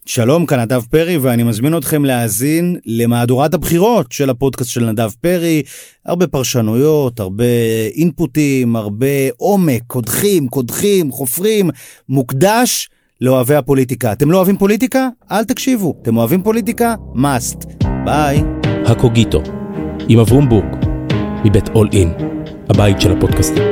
שלום, כאן נדב פרי, ואני מזמין אתכם להאזין למהדורת הבחירות של הפודקאסט של נדב פרי. הרבה פרשנויות, הרבה אינפוטים, הרבה עומק, קודחים, חופרים, מוקדש לאוהבי הפוליטיקה. אתם לא אוהבים פוליטיקה? אל תקשיבו. אתם אוהבים פוליטיקה? must. ביי. הקוגיטו, עם אברום בורג, מבית אול אין, הבית של הפודקאסטים.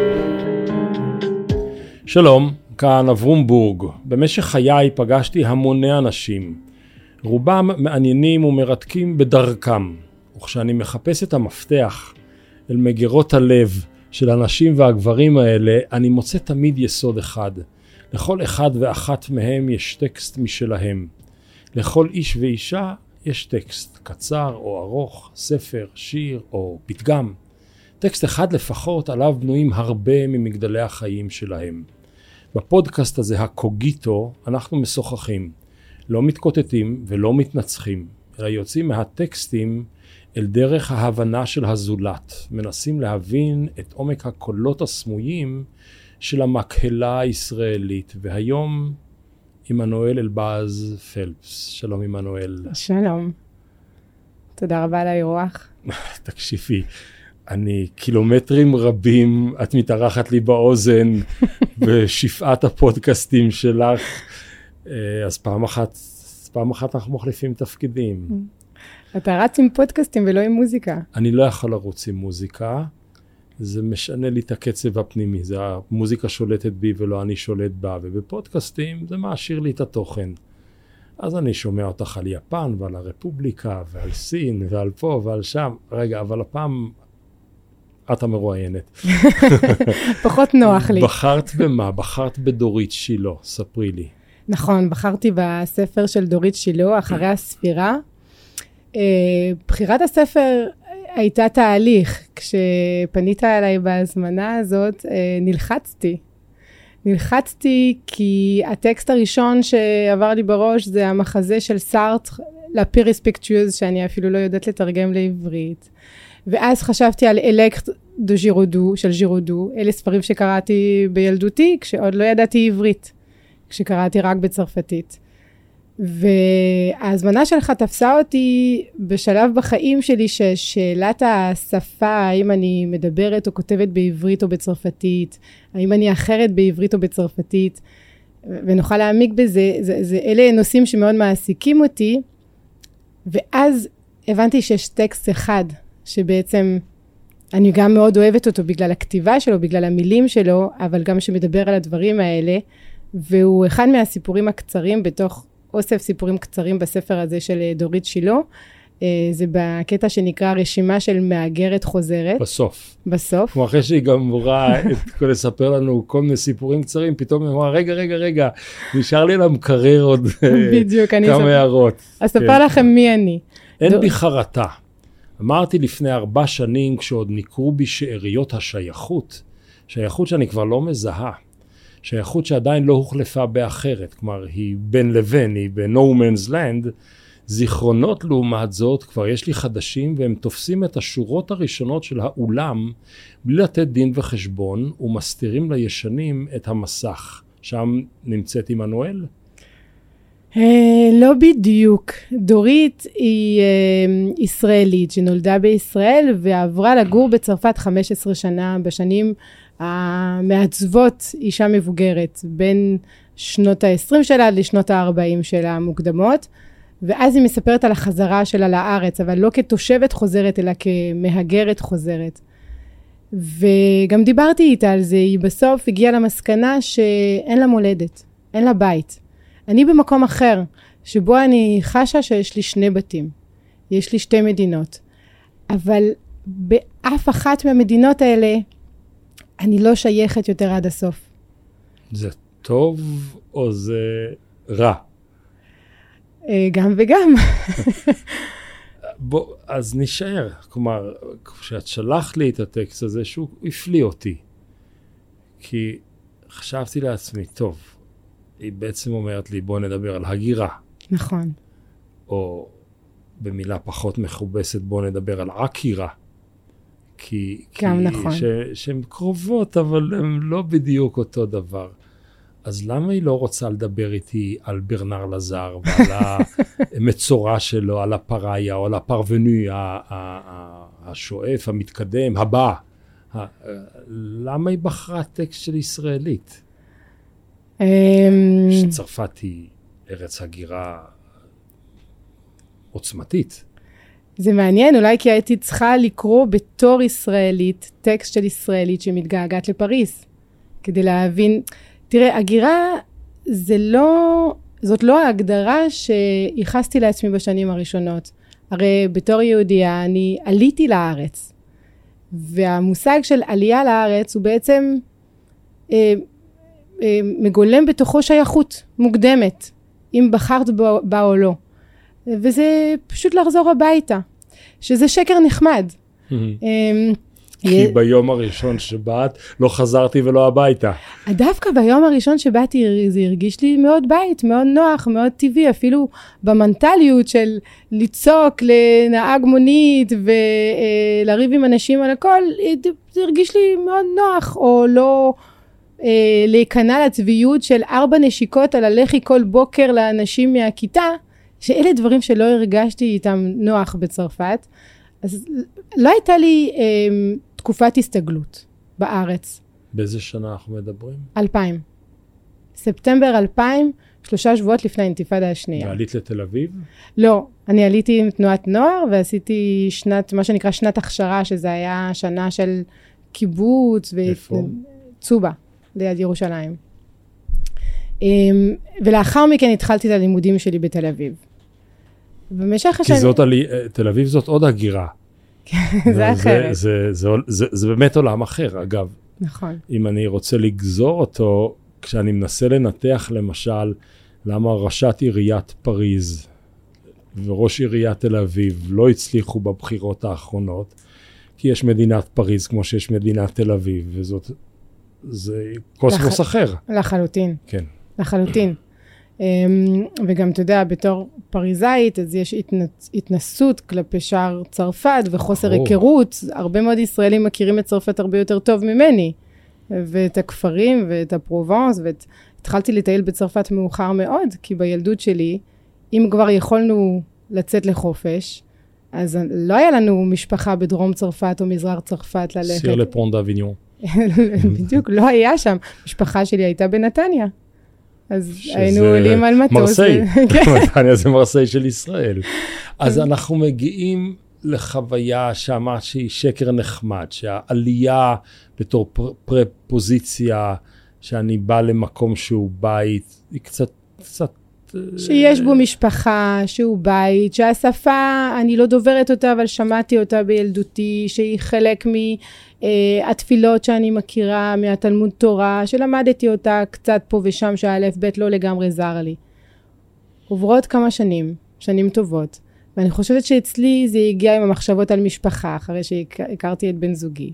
שלום. כאן אברום בורג. במשך חיי פגשתי המוני אנשים. רובם מעניינים ומרתקים בדרכם. וכשאני מחפש את המפתח אל מגירות הלב של הנשים והגברים האלה, אני מוצא תמיד יסוד אחד. לכל אחד ואחת מהם יש טקסט משלהם. לכל איש ואישה יש טקסט, קצר או ארוך, ספר, שיר או פתגם. טקסט אחד לפחות עליו בנויים הרבה ממגדלי החיים שלהם. בפודקאסט הזה, הקוגיטו, אנחנו משוחחים, לא מתקוטטים ולא מתנצחים, אלא יוצאים מהטקסטים אל דרך ההבנה של הזולת, מנסים להבין את עומק הקולות הסמויים של המקהלה הישראלית, והיום עמנואל אלבז פלפס. שלום עמנואל. שלום, תודה רבה על האירוח. תקשיבי, אני קילומטרים רבים, את מתארחת לי באוזן בשפעת הפודקאסטים שלך, אז פעם אחת אנחנו מחליפים תפקידים. אתה רץ עם פודקאסטים ולא עם מוזיקה. אני לא יכול לרוץ עם מוזיקה, זה משנה לי את הקצב הפנימי, זה המוזיקה שולטת בי ולא אני שולט בה, ובפודקאסטים זה מעשיר לי את התוכן. אז אני שומע אותך על יפן ועל הרפובליקה ועל סין ועל פה ועל שם. רגע, אבל הפעם את המרואיינת. פחות נוח לי. בחרת במה? בחרת בדורית שילה, ספרי לי. נכון, בחרתי בספר של דורית שילה, אחרי הספירה. בחירת הספר הייתה תהליך. כשפנית אליי בהזמנה הזאת, נלחצתי כי הטקסט הראשון שעבר לי בראש זה המחזה של סארטר, לה פריספקטוז, שאני אפילו לא יודעת לתרגם לעברית. ואז חשבתי על אלקט דו ז'ירודו, של ז'ירודו, אלה ספרים שקראתי בילדותי, כשעוד לא ידעתי עברית, כשקראתי רק בצרפתית. וההזמנה שלך תפסה אותי בשלב בחיים שלי, ששאלת השפה, האם אני מדברת או כותבת בעברית או בצרפתית, האם אני אחרת בעברית או בצרפתית, ונוכל להעמיק בזה, אלה נושאים שמאוד מעסיקים אותי, ואז הבנתי שיש טקסט אחד, שבעצם אני גם מאוד אוהבת אותו בגלל הכתיבה שלו, בגלל המילים שלו, אבל גם שמדבר על הדברים האלה, והוא אחד מהסיפורים הקצרים בתוך אוסף סיפורים קצרים בספר הזה של דורית שילה, זה בקטע שנקרא רשימה של מהגרת חוזרת. בסוף. כמו אחרי שהיא גם אמורה לספר לנו כל מיני סיפורים קצרים, פתאום היא אמרה, רגע, נשאר לי למקרר עוד כמה הערות. אז ספר לכם מי אני. אין בי חרטה. אמרתי לפני 4 שנים, כשעוד ניקרו בי שאריות השייכות, שייכות שאני כבר לא מזהה, שייכות שעדיין לא הוחלפה באחרת, כלומר היא בין לבין, היא ב-No Man's Land, זיכרונות לעומת זאת, כבר יש לי חדשים, והם תופסים את השורות הראשונות של האולם, בלי לתת דין וחשבון, ומסתירים לישנים את המסך. שם נמצאת עמנואל? לא בדיוק. דורית היא ישראלית שנולדה בישראל ועברה לגור בצרפת 15 שנה, בשנים המעצבות אישה מבוגרת, בין שנות ה-20 שלה לשנות ה-40 שלה מוקדמות, ואז היא מספרת על החזרה שלה לארץ, אבל לא כתושבת חוזרת אלא כמהגרת חוזרת. וגם דיברתי איתה על זה, היא בסוף הגיעה למסקנה שאין לה מולדת, אין לה בית. אני במקום אחר, שבו אני חשה שיש לי 2 בתים. יש לי 2 מדינות. אבל באף אחת מהמדינות האלה, אני לא שייכת יותר עד הסוף. זה טוב או זה רע? גם וגם. בוא, אז נשאר. כלומר, כשאת שלחת לי את הטקסט הזה, שהוא הפליא אותי. כי חשבתי לעצמי, טוב, היא בעצם אומרת לי, בוא נדבר על הגירה. נכון. או במילה פחות מכובסת, בוא נדבר על עקירה. גם נכון. שהן קרובות, אבל הן לא בדיוק אותו דבר. אז למה היא לא רוצה לדבר איתי על ברנר לזר ועל המצורה שלו, על הפריה או על הפרווני, השואף, המתקדם, הבא? למה היא בחרה טקסט של ישראלית? שצרפת היא ארץ הגירה עוצמתית. זה מעניין, אולי כי הייתי צריכה לקרוא בתור ישראלית, טקסט של ישראלית שמתגעגעת לפריז, כדי להבין, תראה, הגירה זאת לא ההגדרה שייחסתי לעצמי בשנים הראשונות. הרי בתור יהודייה אני עליתי לארץ, והמושג של עלייה לארץ הוא בעצם מגולם בתוכו שייכות מוקדמת, אם בחרת בה או לא. וזה פשוט לחזור הביתה, שזה שקר נחמד. כי ביום הראשון שבאת לא חזרתי ולא הביתה. דווקא ביום הראשון שבאתי זה הרגיש לי מאוד בית, מאוד נוח, מאוד טבעי, אפילו במנטליות של לצעוק לנהג מונית ולריב עם אנשים על הכל, זה הרגיש לי מאוד נוח, או לא להיכנע לצביעות של 4 נשיקות על הלחי כל בוקר לאנשים מהכיתה, שאלה דברים שלא הרגשתי איתם נוח בצרפת. אז לא הייתה לי תקופת הסתגלות בארץ. באיזה שנה אנחנו מדברים? 2000. ספטמבר 2000, 3 שבועות לפני האינתיפאדה השנייה. ועלית לתל אביב? לא, אני עליתי עם תנועת נוער, ועשיתי מה שנקרא שנת הכשרה, שזה היה שנה של קיבוץ. איפה? צובה, ליד ירושלים. ולאחר מכן התחלתי את הלימודים שלי בתל אביב. כי תל אביב זאת עוד הגירה. זה אחרת. זה באמת עולם אחר, אגב. נכון. אם אני רוצה לגזור אותו, כשאני מנסה לנתח למשל, למה ראשת עיריית פריז וראש עיריית תל אביב לא הצליחו בבחירות האחרונות, כי יש מדינת פריז כמו שיש מדינת תל אביב, זה קוסמוס אחר. לחלוטין. כן. לחלוטין. וגם אתה יודע, בתור פריזאית, אז יש התנסות כלפי שער צרפת וחוסר היכרות. הרבה מאוד ישראלים מכירים את צרפת הרבה יותר טוב ממני, ואת הכפרים ואת הפרובנס, והתחלתי לטייל בצרפת מאוחר מאוד, כי בילדות שלי, אם כבר יכולנו לצאת לחופש, אז לא היה לנו משפחה בדרום צרפת או מזרח צרפת ללכת. סיר לפון דאביניון. בדיוק, לא היה שם. משפחה שלי הייתה בנתניה. אז היינו עולים על מטוס. מרסיי, נתניה זה מרסיי של ישראל. אז אנחנו מגיעים לחוויה שאמרת שהיא שקר נחמד, שהעלייה בתור פרפוזיציה, שאני בא למקום שהוא בית, היא קצת... שיש בו משפחה, שהוא בית, שהשפה, אני לא דוברת אותה, אבל שמעתי אותה בילדותי, שהיא חלק מהתפילות שאני מכירה, מהתלמוד תורה, שלמדתי אותה קצת פה ושם, שהאלף בית לא לגמרי זר לי. עוברות כמה שנים טובות, ואני חושבת שאצלי זה הגיע עם המחשבות על משפחה, אחרי שהכרתי את בן זוגי.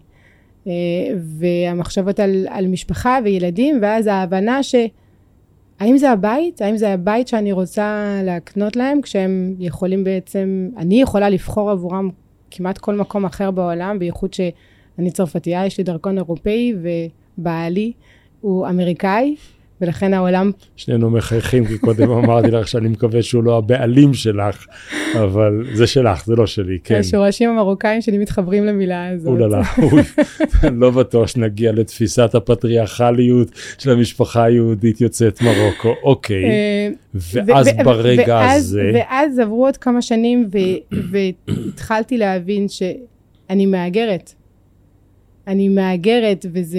והמחשבות על משפחה וילדים, ואז ההבנה האם זה הבית? האם זה הבית שאני רוצה להקנות להם, כשהם יכולים בעצם, אני יכולה לבחור עבורם כמעט כל מקום אחר בעולם, בייחוד שאני צרפתייה, יש לי דרכון אירופאי, ובעלי הוא אמריקאי, ולכן העולם... שנינו מחייכים, כי קודם אמרתי לך שאני מקווה שהוא לא הבעלים שלך, אבל זה שלך, זה לא שלי, כן. השורשים המרוקאים שלי מתחברים למילה הזאת. אוללה, לא בטוח שנגיע לתפיסת הפטריארכליות של המשפחה היהודית יוצאת מרוקו, אוקיי. ואז ברגע הזה... ואז עברו עוד כמה שנים, והתחלתי להבין שאני מהגרת. אני מהגרת, וזה...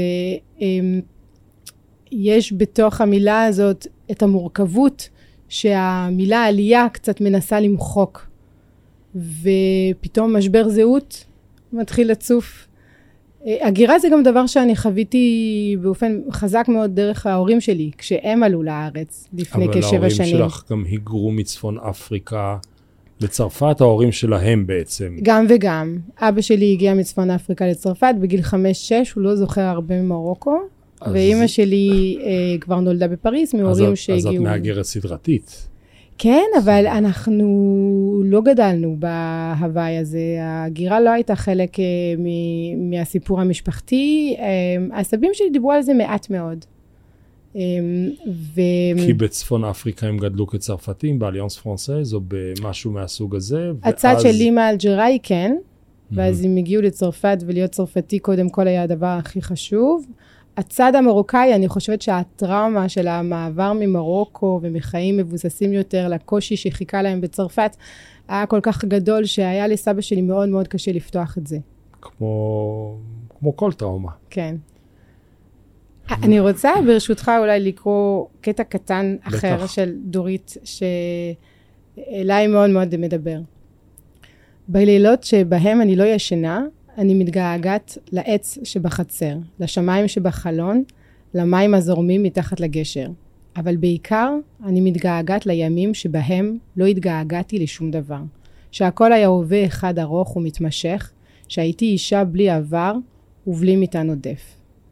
יש בתוך המילה הזאת את המורכבות שהמילה עלייה קצת מנסה למחוק. ופתאום משבר זהות מתחיל לצוף. הגירה זה גם דבר שאני חוויתי באופן חזק מאוד דרך ההורים שלי, כשהם עלו לארץ לפני כ7 שנים. אבל ההורים שלך גם היגרו מצפון אפריקה לצרפת, ההורים שלהם בעצם. גם וגם. אבא שלי הגיע מצפון אפריקה לצרפת בגיל 5-6, הוא לא זוכר הרבה ממרוקו. ואמא שלי כבר נולדה בפריז, מהורים שהגיעו... אז את מהגרת סדרתית. כן, אבל אנחנו לא גדלנו בהוואי הזה. הגירה לא הייתה חלק מהסיפור המשפחתי. הסבים שלי דיברו על זה מעט מאוד. כי בצפון אפריקה הם גדלו כצרפתים, באליאנס פרנסז, או במשהו מהסוג הזה. הצד של אימא אלג'יראי כן, ואז הם הגיעו לצרפת, ולהיות צרפתי קודם כל היה הדבר הכי חשוב. הצד המרוקאי, אני חושבת שהטראומה של המעבר ממרוקו ומחיים מבוססים יותר לקושי שחיכה להם בצרפת, היה כל כך גדול שהיה לסבא שלי מאוד מאוד קשה לפתוח את זה. כמו כל טראומה. כן. אני רוצה ברשותך אולי לקרוא קטע קטן אחר של דורית, שאליי מאוד מאוד מדבר. בלילות שבהם אני לא ישנה, אני מתגעגעת לעץ שבחצר, לשמיים שבחלון, למים הזורמים מתחת לגשר. אבל בעיקר אני מתגעגעת לימים שבהם לא התגעגעתי לשום דבר. שהכל היה הווה אחד ארוך ומתמשך, שהייתי אישה בלי עבר ובלי מטען עודף.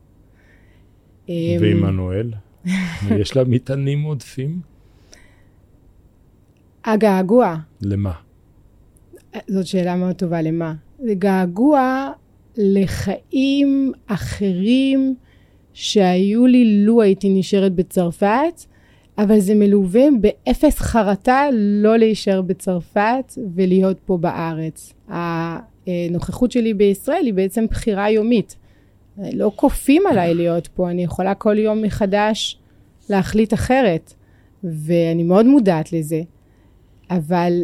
ועמנואל? יש לה מטענים עודפים? הגעגוע. למה? זאת שאלה מאוד טובה, למה? זה געגוע לחיים אחרים שהיו לי לו הייתי נשארת בצרפת, אבל זה מלווה באפס חרטה לא להישאר בצרפת ולהיות פה בארץ. הנוכחות שלי בישראל היא בעצם בחירה יומית. לא כופים עליי להיות פה, אני יכולה כל יום מחדש להחליט אחרת, ואני מאוד מודעת לזה. אבל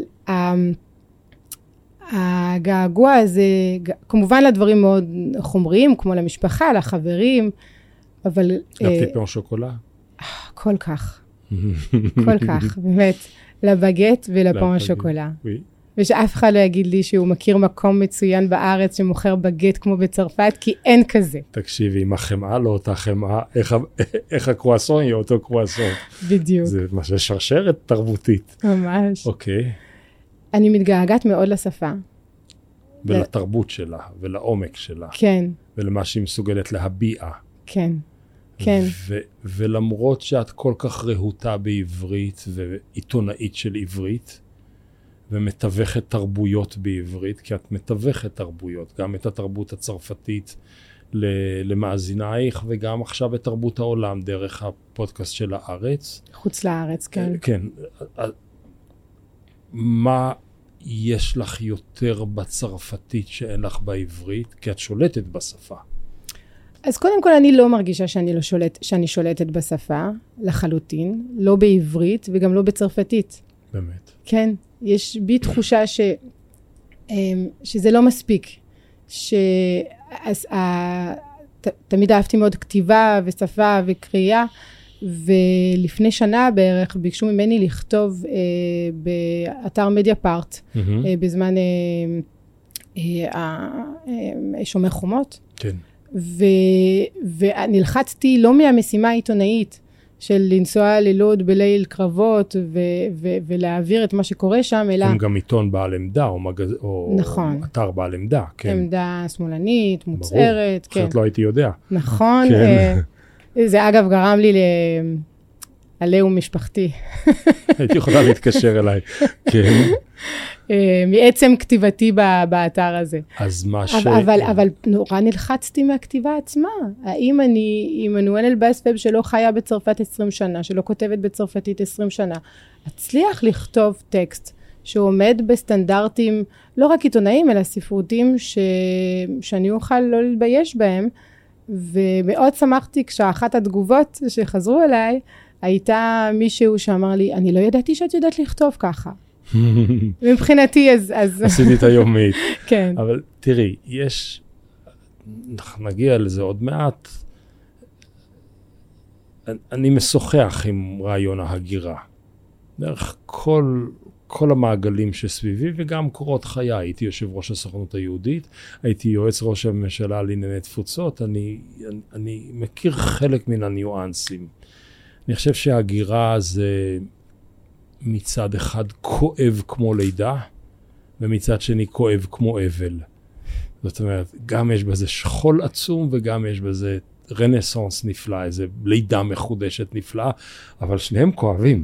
הגעגוע הזה, כמובן לדברים מאוד חומריים, כמו למשפחה, לחברים, אבל... לפטיפון שוקולה? כל כך. כל כך, באמת. לבגט ולפון שוקולה. ושאף אחד לא יגיד לי שהוא מכיר מקום מצוין בארץ שמוכר בגט כמו בצרפת, כי אין כזה. תקשיבי, אם החמאה לא אותה חמאה, איך הקרואסון יהיה אותו קרואסון? בדיוק. זה מה ששרשרת תרבותית. ממש. אוקיי. אני מתגעגעת מאוד לשפה. ולתרבות שלה, ולעומק שלה. כן. ולמה שהיא מסוגלת להביע. כן. כן. ולמרות שאת כל כך רהוטה בעברית, ועיתונאית של עברית, ומתווכת תרבויות בעברית, כי את מתווכת תרבויות, גם את התרבות הצרפתית למאזינייך, וגם עכשיו את תרבות העולם דרך הפודקאסט של הארץ. חוץ לארץ, כן. כן. מה יש לך יותר בצרפתית שאין לך בעברית? כי את שולטת בשפה. אז קודם כל אני לא מרגישה שאני שולטת בשפה, לחלוטין, לא בעברית וגם לא בצרפתית. באמת. כן, יש בי תחושה שזה לא מספיק. תמיד אהבתי מאוד כתיבה ושפה וקריאה, ולפני שנה בערך ביקשו ממני לכתוב באתר מדיאפארט, בזמן שומר חומות. כן. ונלחצתי לא מהמשימה העיתונאית של לנסוע ללוד בליל קרבות ולהעביר את מה שקורה שם, אלא... הם גם עיתון בעל עמדה, או נכון. אתר בעל עמדה, כן. עמדה שמאלנית, מוצהרת, כן. אחרת לא הייתי יודע. נכון. כן. זה אגב גרם לי לעליהום משפחתי. הייתי יכולה להתקשר אליי, כן. מעצם כתיבתי באתר הזה. אז מה אבל נורא נלחצתי מהכתיבה עצמה. האם אני עמנואל אלבאס-פב שלא חיה בצרפת 20 שנה, שלא כותבת בצרפתית 20 שנה, אצליח לכתוב טקסט שעומד בסטנדרטים, לא רק עיתונאים, אלא ספרותיים שאני אוכל לא להתבייש בהם, ומאוד שמחתי כשאחת התגובות שחזרו אליי, הייתה מישהו שאמר לי, אני לא ידעתי שאת יודעת לכתוב ככה. מבחינתי אז... עשיתי את היומית. כן. אבל תראי, נגיע לזה עוד מעט, אני משוחח עם רעיון ההגירה. דרך כל המעגלים שסביבי, וגם קורות חיי. הייתי יושב ראש הסוכנות היהודית, הייתי יועץ ראש הממשלה לענייני תפוצות, אני מכיר חלק מן הניואנסים. אני חושב שההגירה זה מצד אחד כואב כמו לידה, ומצד שני כואב כמו אבל. זאת אומרת, גם יש בזה שכול עצום, וגם יש בזה רנסנס נפלא, איזה לידה מחודשת נפלאה, אבל שניהם כואבים.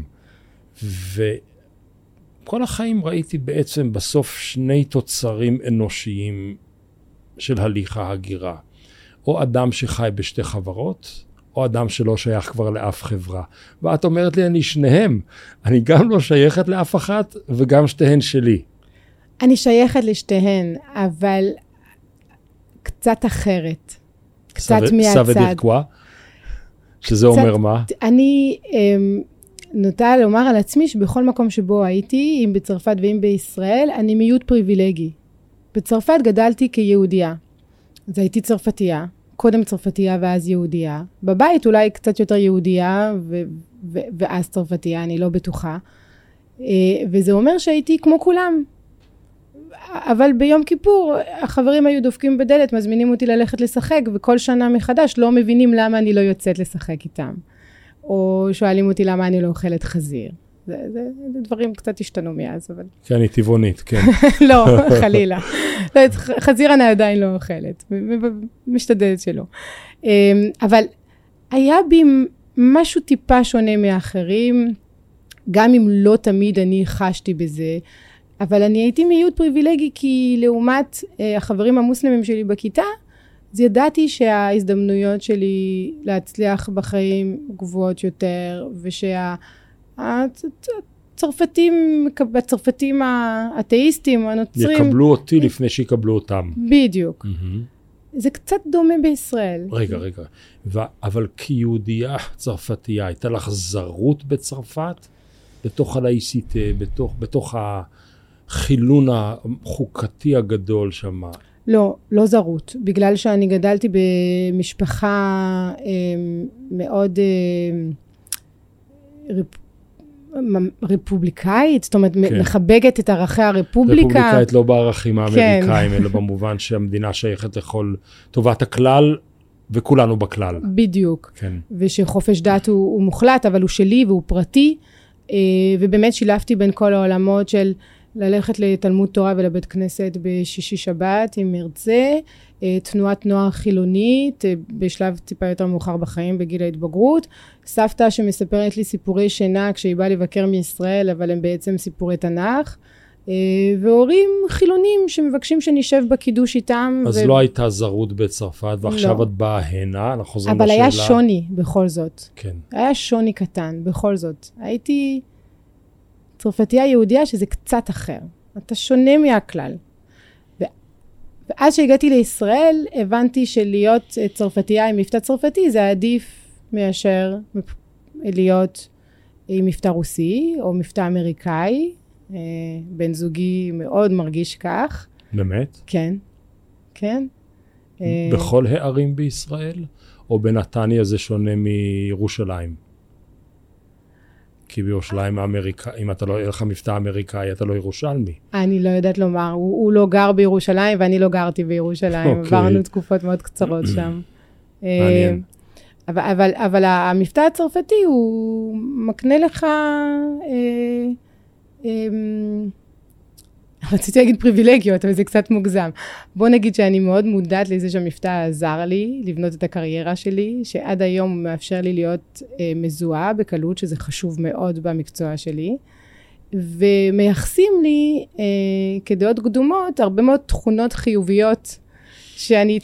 כל החיים ראיתי בעצם בסוף שני תוצרים אנושיים של הליך ההגירה. או אדם שחי בשתי חברות, או אדם שלא שייך כבר לאף חברה. ואת אומרת לי, אני שניהם. אני גם לא שייכת לאף אחת, וגם שתיהן שלי. אני שייכת לשתיהן, אבל קצת אחרת. קצת מהצד. סווה שזה אומר מה? אני נוטה לומר על עצמי שבכל מקום שבו הייתי, אם בצרפת ואם בישראל, אני מיעוט פריבילגי. בצרפת גדלתי כיהודייה. אז הייתי צרפתייה, קודם צרפתייה ואז יהודייה. בבית אולי קצת יותר יהודייה ואז צרפתייה, אני לא בטוחה. וזה אומר שהייתי כמו כולם. אבל ביום כיפור החברים היו דופקים בדלת, מזמינים אותי ללכת לשחק, וכל שנה מחדש לא מבינים למה אני לא יוצאת לשחק איתם. או שואלים אותי למה אני לא אוכלת חזיר. זה דברים קצת השתנו מאז, אבל... כי אני טבעונית, כן. לא, חלילה. חזיר אני עדיין לא אוכלת, משתדלת שלא. אבל היה בי משהו טיפה שונה מאחרים, גם אם לא תמיד אני חשתי בזה, אבל אני הייתי מיעוט פריבילגי, כי לעומת החברים המוסלמים שלי בכיתה, אז ידעתי שההזדמנויות שלי להצליח בחיים גבוהות יותר, הצרפתים האתאיסטים, הנוצרים... יקבלו אותי לפני שיקבלו אותם. בדיוק. זה קצת דומה בישראל. רגע. אבל כיהודייה צרפתייה, הייתה לך זרות בצרפת? בתוך ה-ICT, בתוך החילון החוקתי הגדול שם? לא זרות. בגלל שאני גדלתי במשפחה מאוד רפובליקאית, זאת אומרת, מחבקת את ערכי הרפובליקה. רפובליקאית לא בערכים האמריקאים, אלא במובן שהמדינה שייכת לכל טובת הכלל, וכולנו בכלל. בדיוק. כן. ושחופש דת הוא מוחלט, אבל הוא שלי והוא פרטי, ובאמת שילבתי בין כל העולמות של ללכת לתלמוד תורה ולבית כנסת בשישי שבת, אם ירצה, תנועת נוער חילונית, בשלב טיפה יותר מאוחר בחיים, בגיל ההתבגרות, סבתא שמספרת לי סיפורי שינה כשהיא באה לבקר מישראל, אבל הם בעצם סיפורי תנ"ך, והורים חילונים שמבקשים שנשב בקידוש איתם. אז לא הייתה זרות בצרפת, ועכשיו את באה הנה, אנחנו חוזרים אבל לשאלה. היה שוני בכל זאת. כן. היה שוני קטן בכל זאת. הייתי צרפתייה יהודיה שזה קצת אחר. אתה שונה מהכלל. ואז שהגעתי לישראל, הבנתי שלהיות צרפתייה עם מבטא צרפתי, זה עדיף מאשר להיות עם מבטא רוסי, או מבטא אמריקאי. בן זוגי מאוד מרגיש כך. באמת? כן, כן. בכל הערים בישראל? או בנתניה זה שונה מירושלים? כי בירושלים אם אתה לא, יהיה לך מבטא אמריקאי, אתה לא ירושלמי. אני לא יודעת לומר, הוא לא גר בירושלים, ואני לא גרתי בירושלים. עברנו תקופות מאוד קצרות שם. מעניין. אבל המבטא הצרפתי הוא מקנה לך... רציתי להגיד פריבילגיות, אבל זה קצת מוגזם. בוא נגיד שאני מאוד מודעת לזה שהמבטא עזר לי לבנות את הקריירה שלי, שעד היום הוא מאפשר לי להיות מזוהה בקלות, שזה חשוב מאוד במקצוע שלי, ומייחסים לי כדעות קדומות הרבה מאוד תכונות חיוביות, שאני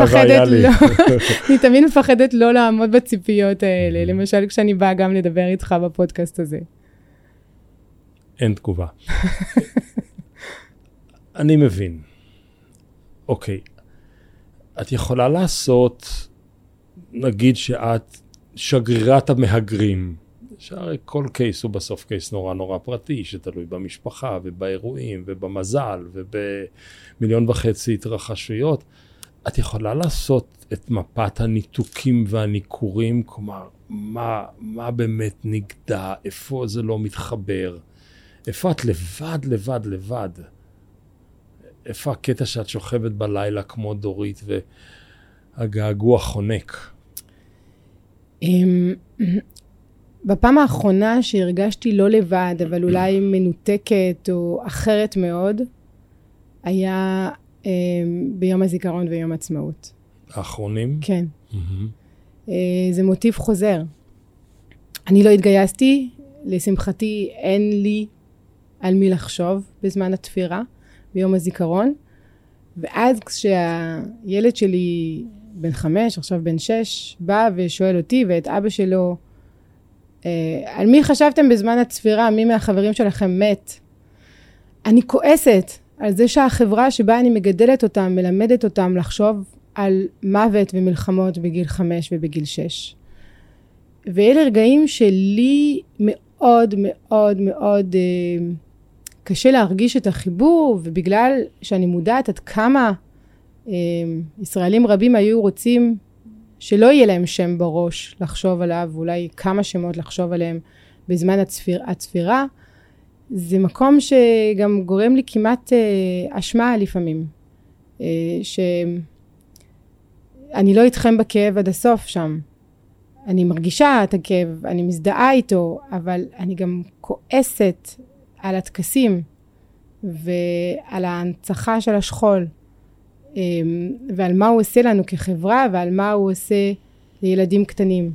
תמיד מפחדת לא לעמוד בציפיות האלה, למשל כשאני באה גם לדבר איתך בפודקאסט הזה. אין תגובה. אני מבין. אוקיי. את יכולה לעשות, נגיד שאת שגרירת המהגרים, שהרי כל קייס הוא בסוף קייס נורא נורא פרטי, שתלוי במשפחה ובאירועים ובמזל ובמיליון וחצי התרחשויות. את יכולה לעשות את מפת הניתוקים והניכורים, כלומר, מה באמת נגדע, איפה זה לא מתחבר, איפה את לבד, איפה הקטע שאת שוכבת בלילה כמו דורית והגעגוע חונק? בפעם האחרונה שהרגשתי לא לבד, אבל אולי מנותקת או אחרת מאוד, היה ביום הזיכרון ויום עצמאות. האחרונים? כן. זה מוטיב חוזר. אני לא התגייסתי, לשמחתי אין לי על מי לחשוב בזמן התפירה, ביום הזיכרון, ואז כשהילד שלי בן 5, עכשיו בן 6, בא ושואל אותי ואת אבא שלו, על מי חשבתם בזמן הצפירה? מי מהחברים שלכם מת? אני כועסת על זה שהחברה שבה אני מגדלת אותם, מלמדת אותם לחשוב על מוות ומלחמות בגיל 5 ובגיל 6. ואלה רגעים שלי מאוד מאוד מאוד קשה להרגיש את החיבור, ובגלל שאני מודעת עד כמה ישראלים רבים היו רוצים שלא יהיה להם שם בראש לחשוב עליו, ואולי כמה שמות לחשוב עליהם בזמן הצפירה, זה מקום שגם גורם לי כמעט אשמה לפעמים, שאני לא איתכם בכאב עד הסוף שם. אני מרגישה את הכאב, אני מזדהה איתו, אבל אני גם כועסת על הטקסים ועל ההנצחה של השכול, ועל מה הוא עושה לנו כחברה ועל מה הוא עושה לילדים קטנים.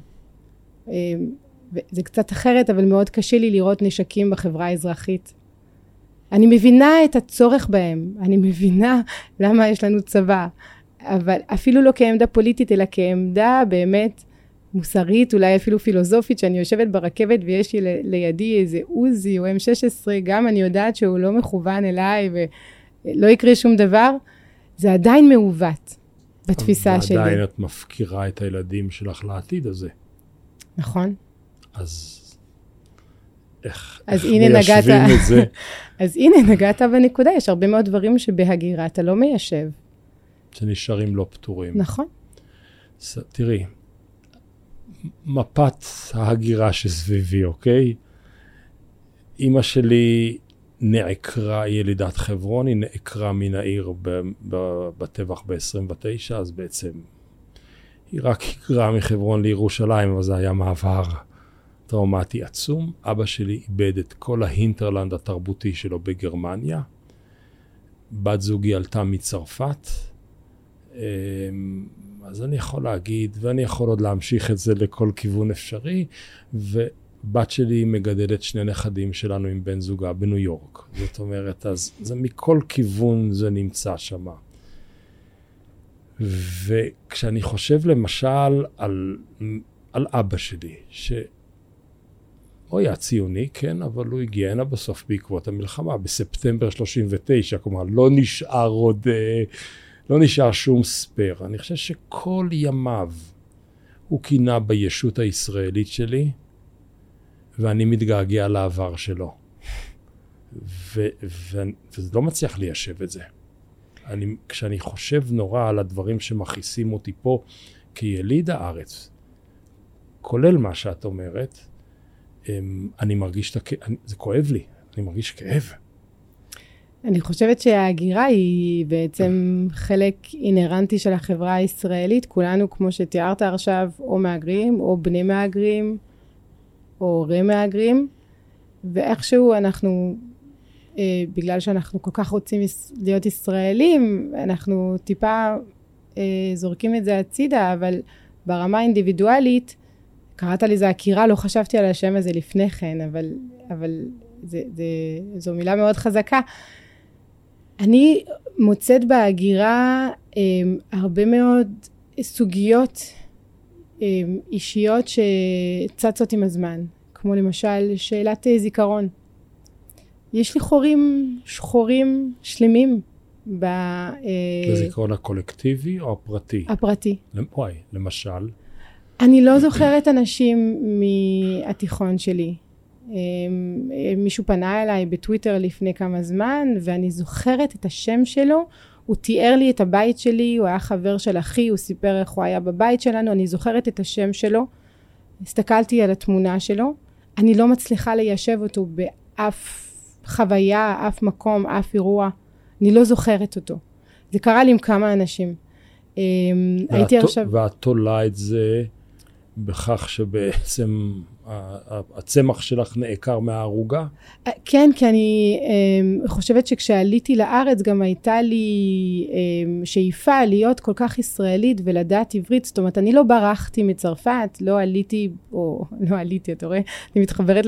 זה קצת אחרת, אבל מאוד קשה לי לראות נשקים בחברה האזרחית. אני מבינה את הצורך בהם, אני מבינה למה יש לנו צבא, אבל אפילו לא כעמדה פוליטית, אלא כעמדה באמת מוסרית, אולי אפילו פילוסופית, שאני יושבת ברכבת ויש לי לידי איזה עוזי או M16, גם אני יודעת שהוא לא מכוון אליי ולא יקרה שום דבר, זה עדיין מעוות בתפיסה שלי. ועדיין את מפקירה את הילדים שלך לעתיד הזה. נכון. אז איך מיישבים את זה? אז הנה נגעת בנקודה, יש הרבה מאוד דברים שבהגירה אתה לא מיישב. שנשארים לא פתורים. נכון. תראי, מפת ההגירה שסביבי, אוקיי? אמא שלי נעקרה, ילידת חברון, היא נעקרה מן העיר בטבח ב-29, אז בעצם היא רק הקרה מחברון לירושלים, אבל זה היה מעבר טראומטי עצום. אבא שלי איבד את כל ההינטרלנד התרבותי שלו בגרמניה. בת זוגי עלתה מצרפת. אז אני יכול להגיד, ואני יכול עוד להמשיך את זה לכל כיוון אפשרי, ובת שלי מגדלת 2 נכדים שלנו עם בן זוגה בניו יורק. זאת אומרת, אז זה מכל כיוון זה נמצא שם. וכשאני חושב למשל על אבא שלי, הוא היה ציוני, כן, אבל הוא הגיע הנה בסוף בעקבות המלחמה, בספטמבר 39, כלומר, לא נשאר שום ספר. אני חושב שכל ימיו הוא קינה בישות הישראלית שלי, ואני מתגעגע לעבר שלו. וזה לא מצליח ליישב את זה. כשאני חושב נורא על הדברים שמכעיסים אותי פה כיליד הארץ, כולל מה שאת אומרת, אני מרגיש זה כואב לי, אני מרגיש כאב. אני חושבת שההגירה היא בעצם חלק אינרנטי של החברה הישראלית. כולנו, כמו שתיארת עכשיו, או מהגרים, או בני מהגרים, או הורי מהגרים, ואיכשהו אנחנו, בגלל שאנחנו כל כך רוצים להיות ישראלים, אנחנו טיפה זורקים את זה הצידה, אבל ברמה האינדיבידואלית, קראת לי זה הגירה, לא חשבתי על השם הזה לפני כן, אבל זו מילה מאוד חזקה. אני מוצאת בהגירה הרבה מאוד סוגיות אישיות שצצות עם הזמן, כמו למשל שאלת זיכרון. יש לי חורים שחורים שלמים בזיכרון הקולקטיבי או הפרטי? הפרטי. וואי, למשל? אני לא זוכרת אנשים מהתיכון שלי. מישהו פנה אליי בטוויטר לפני כמה זמן, ואני זוכרת את השם שלו. הוא תיאר לי את הבית שלי, הוא היה חבר של אחי, הוא סיפר איך הוא היה בבית שלנו, אני זוכרת את השם שלו. הסתכלתי על התמונה שלו, אני לא מצליחה ליישב אותו באף חוויה, אף מקום, אף אירוע. אני לא זוכרת אותו. זה קרה לי עם כמה אנשים. ואת תולה את זה בכך שבעצם הצמח שלך נעקר מהערוגה? כן, כי אני חושבת שכשעליתי לארץ גם הייתה לי שאיפה להיות כל כך ישראלית ולדעת עברית. זאת אומרת, אני לא ברחתי מצרפת, לא עליתי, אתה רואה? אני מתחברת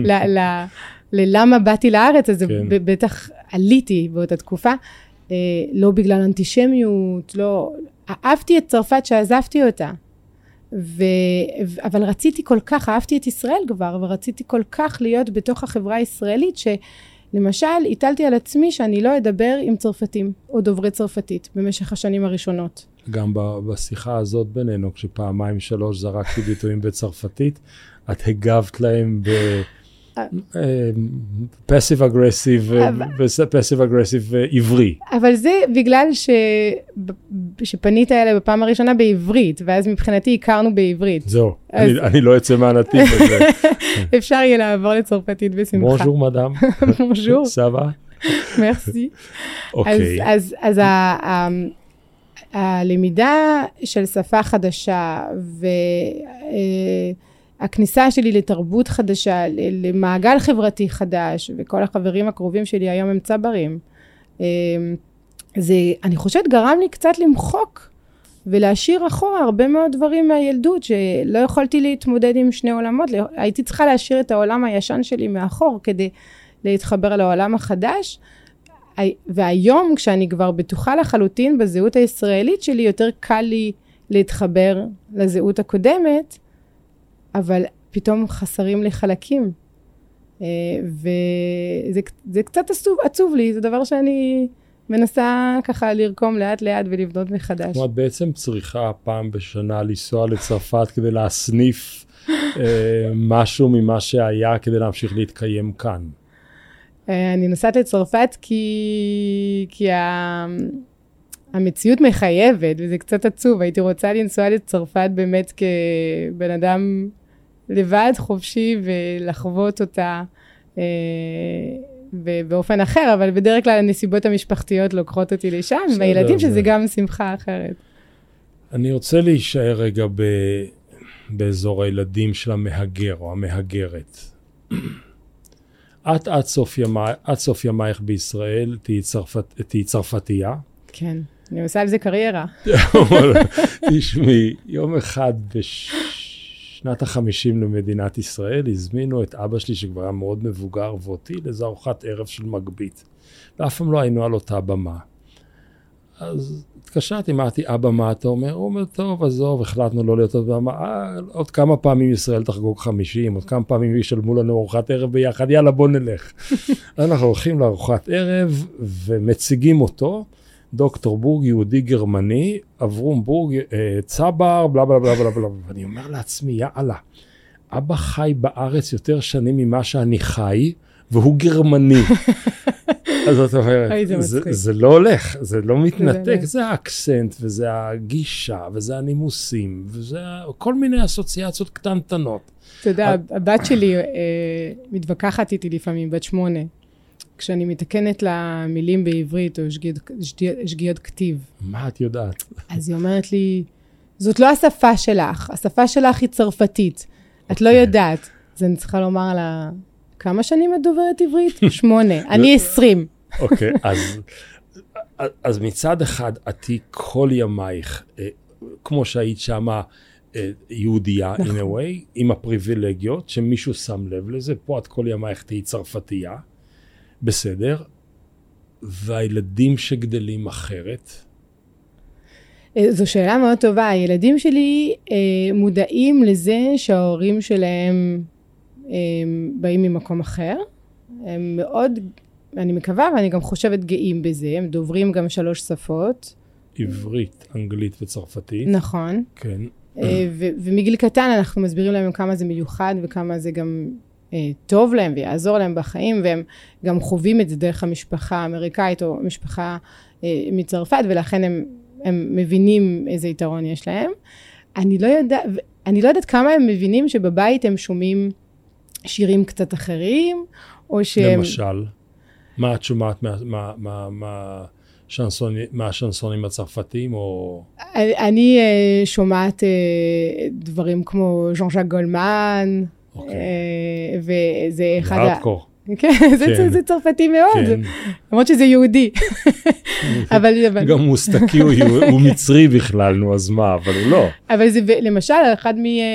ללמה באתי לארץ, אז בטח עליתי באותה תקופה. לא בגלל אנטישמיות, לא, אהבתי את צרפת שעזבתי אותה. אבל רציתי כל כך, אהבתי את ישראל כבר, ורציתי כל כך להיות בתוך החברה הישראלית, שלמשל, הטלתי על עצמי שאני לא אדבר עם צרפתים, או דוברי צרפתית, במשך השנים הראשונות. גם בשיחה הזאת בינינו, כשפעמיים 3 זרקתי ביטויים בצרפתית, את הגבת להם פסיב אגרסיב עברי. אבל זה בגלל שפנית אליי בפעם הראשונה בעברית, ואז מבחינתי הכרנו בעברית. זהו, אני לא אצא מהנתיב הזה. אפשר יהיה לעבור לצרפתית בשמחה. בונז'ור מדאם. בונז'ור. סבא. מרסי. אוקיי. אז הלמידה של שפה חדשה, הכניסה שלי לתרבות חדשה, למעגל חברתי חדש, וכל החברים הקרובים שלי היום הם צברים. זה, אני חושבת, גרם לי קצת למחוק, ולהשאיר אחורה הרבה מאוד דברים מהילדות, שלא יכולתי להתמודד עם שני עולמות, הייתי צריכה להשאיר את העולם הישן שלי מאחור, כדי להתחבר לעולם החדש, והיום כשאני כבר בטוחה לחלוטין בזהות הישראלית שלי, יותר קל לי להתחבר לזהות הקודמת, אבל פתאום חסרים לי חלקים. וזה קצת עצוב לי, זה דבר שאני מנסה ככה לרקום לאט לאט ולבנות מחדש. זאת אומרת, בעצם צריכה פעם בשנה לנסוע לצרפת כדי להסניף משהו ממה שהיה כדי להמשיך להתקיים כאן. אני נוסעת לצרפת כי המציאות מחייבת, וזה קצת עצוב. הייתי רוצה לנסוע לצרפת באמת כבן אדם לבד, חופשי, ולחוות אותה באופן אחר, אבל בדרך כלל הנסיבות המשפחתיות לוקחות אותי לשם, עם הילדים שזה גם שמחה אחרת. אני רוצה להישאר רגע באזור הילדים של המהגר או המהגרת. עד סוף ימייך בישראל תהיי צרפתייה. כן, אני עושה על זה קריירה. תשמעי, יום אחד בשנת ה-50 למדינת ישראל, הזמינו את אבא שלי שכבר היה מאוד מבוגר ואותי לאיזו ארוחת ערב של מגבית. ואף פעם לא היינו על אותה במה. אז התקשרתי, אמרתי, אבא, מה אתה אומר? הוא אומר, טוב, עזוב, החלטנו לא להיות עוד במה. עוד כמה פעמים ישראל תחגוג 50, עוד כמה פעמים ישלמו לנו ארוחת ערב ביחד, יאללה, בוא נלך. אנחנו הולכים לארוחת ערב ומציגים אותו, דוקטור בורג, יהודי גרמני, אברום בורג, צבר, בלה בלה בלה בלה בלה. ואני אומר לעצמי, יאללה, אבא חי בארץ יותר שנים ממה שאני חי, והוא גרמני. אז זאת אומרת, זה לא הולך, זה לא מתנתק, זה האקסנט, וזה הגישה, וזה הנימוסים, וזה כל מיני אסוציאציות קטנטנות. אתה יודע, הבת שלי מתווכחת איתי לפעמים, בת 8, כשאני מתקנת לה מילים בעברית, או שגיאות כתיב. מה את יודעת? אז היא אומרת לי, זאת לא השפה שלך, השפה שלך היא צרפתית, את לא יודעת. אז אני צריכה לומר לה, כמה שנים את דוברת עברית? 8, אני 20. אוקיי, אז מצד אחד, עתי כל ימייך, כמו שהיית שמה יהודייה, in a way, עם הפריבילגיות, שמישהו שם לב לזה, פה את כל ימייך תהי צרפתייה, בסדר, והילדים שגדלים אחרת? זו שאלה מאוד טובה. הילדים שלי מודעים לזה שההורים שלהם באים ממקום אחר. הם מאוד, אני מקווה, ואני גם חושבת גאים בזה. הם דוברים גם 3 שפות. עברית, אנגלית וצרפתית. נכון. כן. ומגיל קטן אנחנו מסבירים להם כמה זה מיוחד וכמה זה גם טוב להם ויעזור להם בחיים, והם גם חווים את זה דרך המשפחה האמריקאית או משפחה מצרפת, ולכן הם מבינים איזה יתרון יש להם. אני לא יודעת כמה הם מבינים שבבית הם שומעים שירים קצת אחרים, או שהם... למשל, מה את שומעת מהשנסונים הצרפתיים, או... אני שומעת דברים כמו ז'אן ז'אק גולמן, וזה אחד... הארדקור. כן, זה צרפתי מאוד, למרות שזה יהודי. גם מוסטקי הוא מצרי בכלל, נו, אז מה, אבל הוא לא. אבל זה, למשל, אחד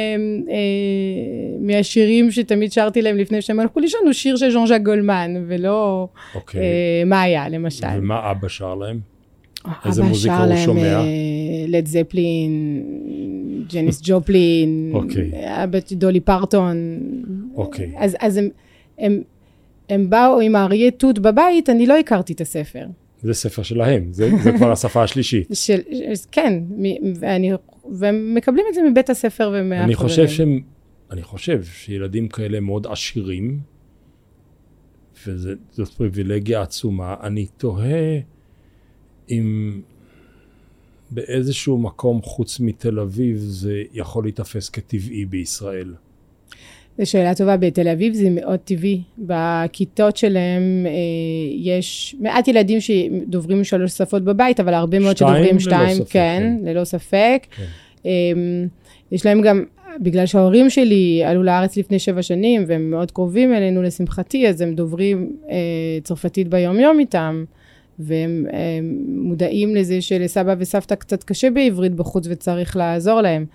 מהשירים שתמיד שרתי להם לפני שהם הלכו לישון, הוא שיר של ז'אן ז'אק גולמן, ולא מאיה, למשל. ומה אבא שר להם? איזה מוזיקה הוא שומע? לד זפלין, ג'ניס ג'ופלין, דולי פרטון. אוקיי. אז הם באו עם האריה תות בבית, אני לא הכרתי את הספר. זה ספר שלהם, זה כבר השפה השלישית. כן, והם מקבלים את זה מבית הספר ומהחברים. אני חושב שילדים כאלה מאוד עשירים, וזאת פריבילגיה עצומה. אני תוהה אם באיזשהו מקום חוץ מתל אביב זה יכול להתאפס כטבעי בישראל. זו שאלה טובה, בתל אביב זה מאוד טבעי. בכיתות שלהם יש מעט ילדים שדוברים 3 שפות בבית, אבל הרבה מאוד שדוברים 2, כן, ללא ספק. יש להם גם, בגלל שההורים שלי עלו לארץ לפני 7 שנים, והם מאוד קרובים אלינו לשמחתי, אז הם דוברים צרפתית ביום יום איתם, והם מודעים לזה שלסבא וסבתא קצת קשה בעברית בחוץ וצריך לעזור להם.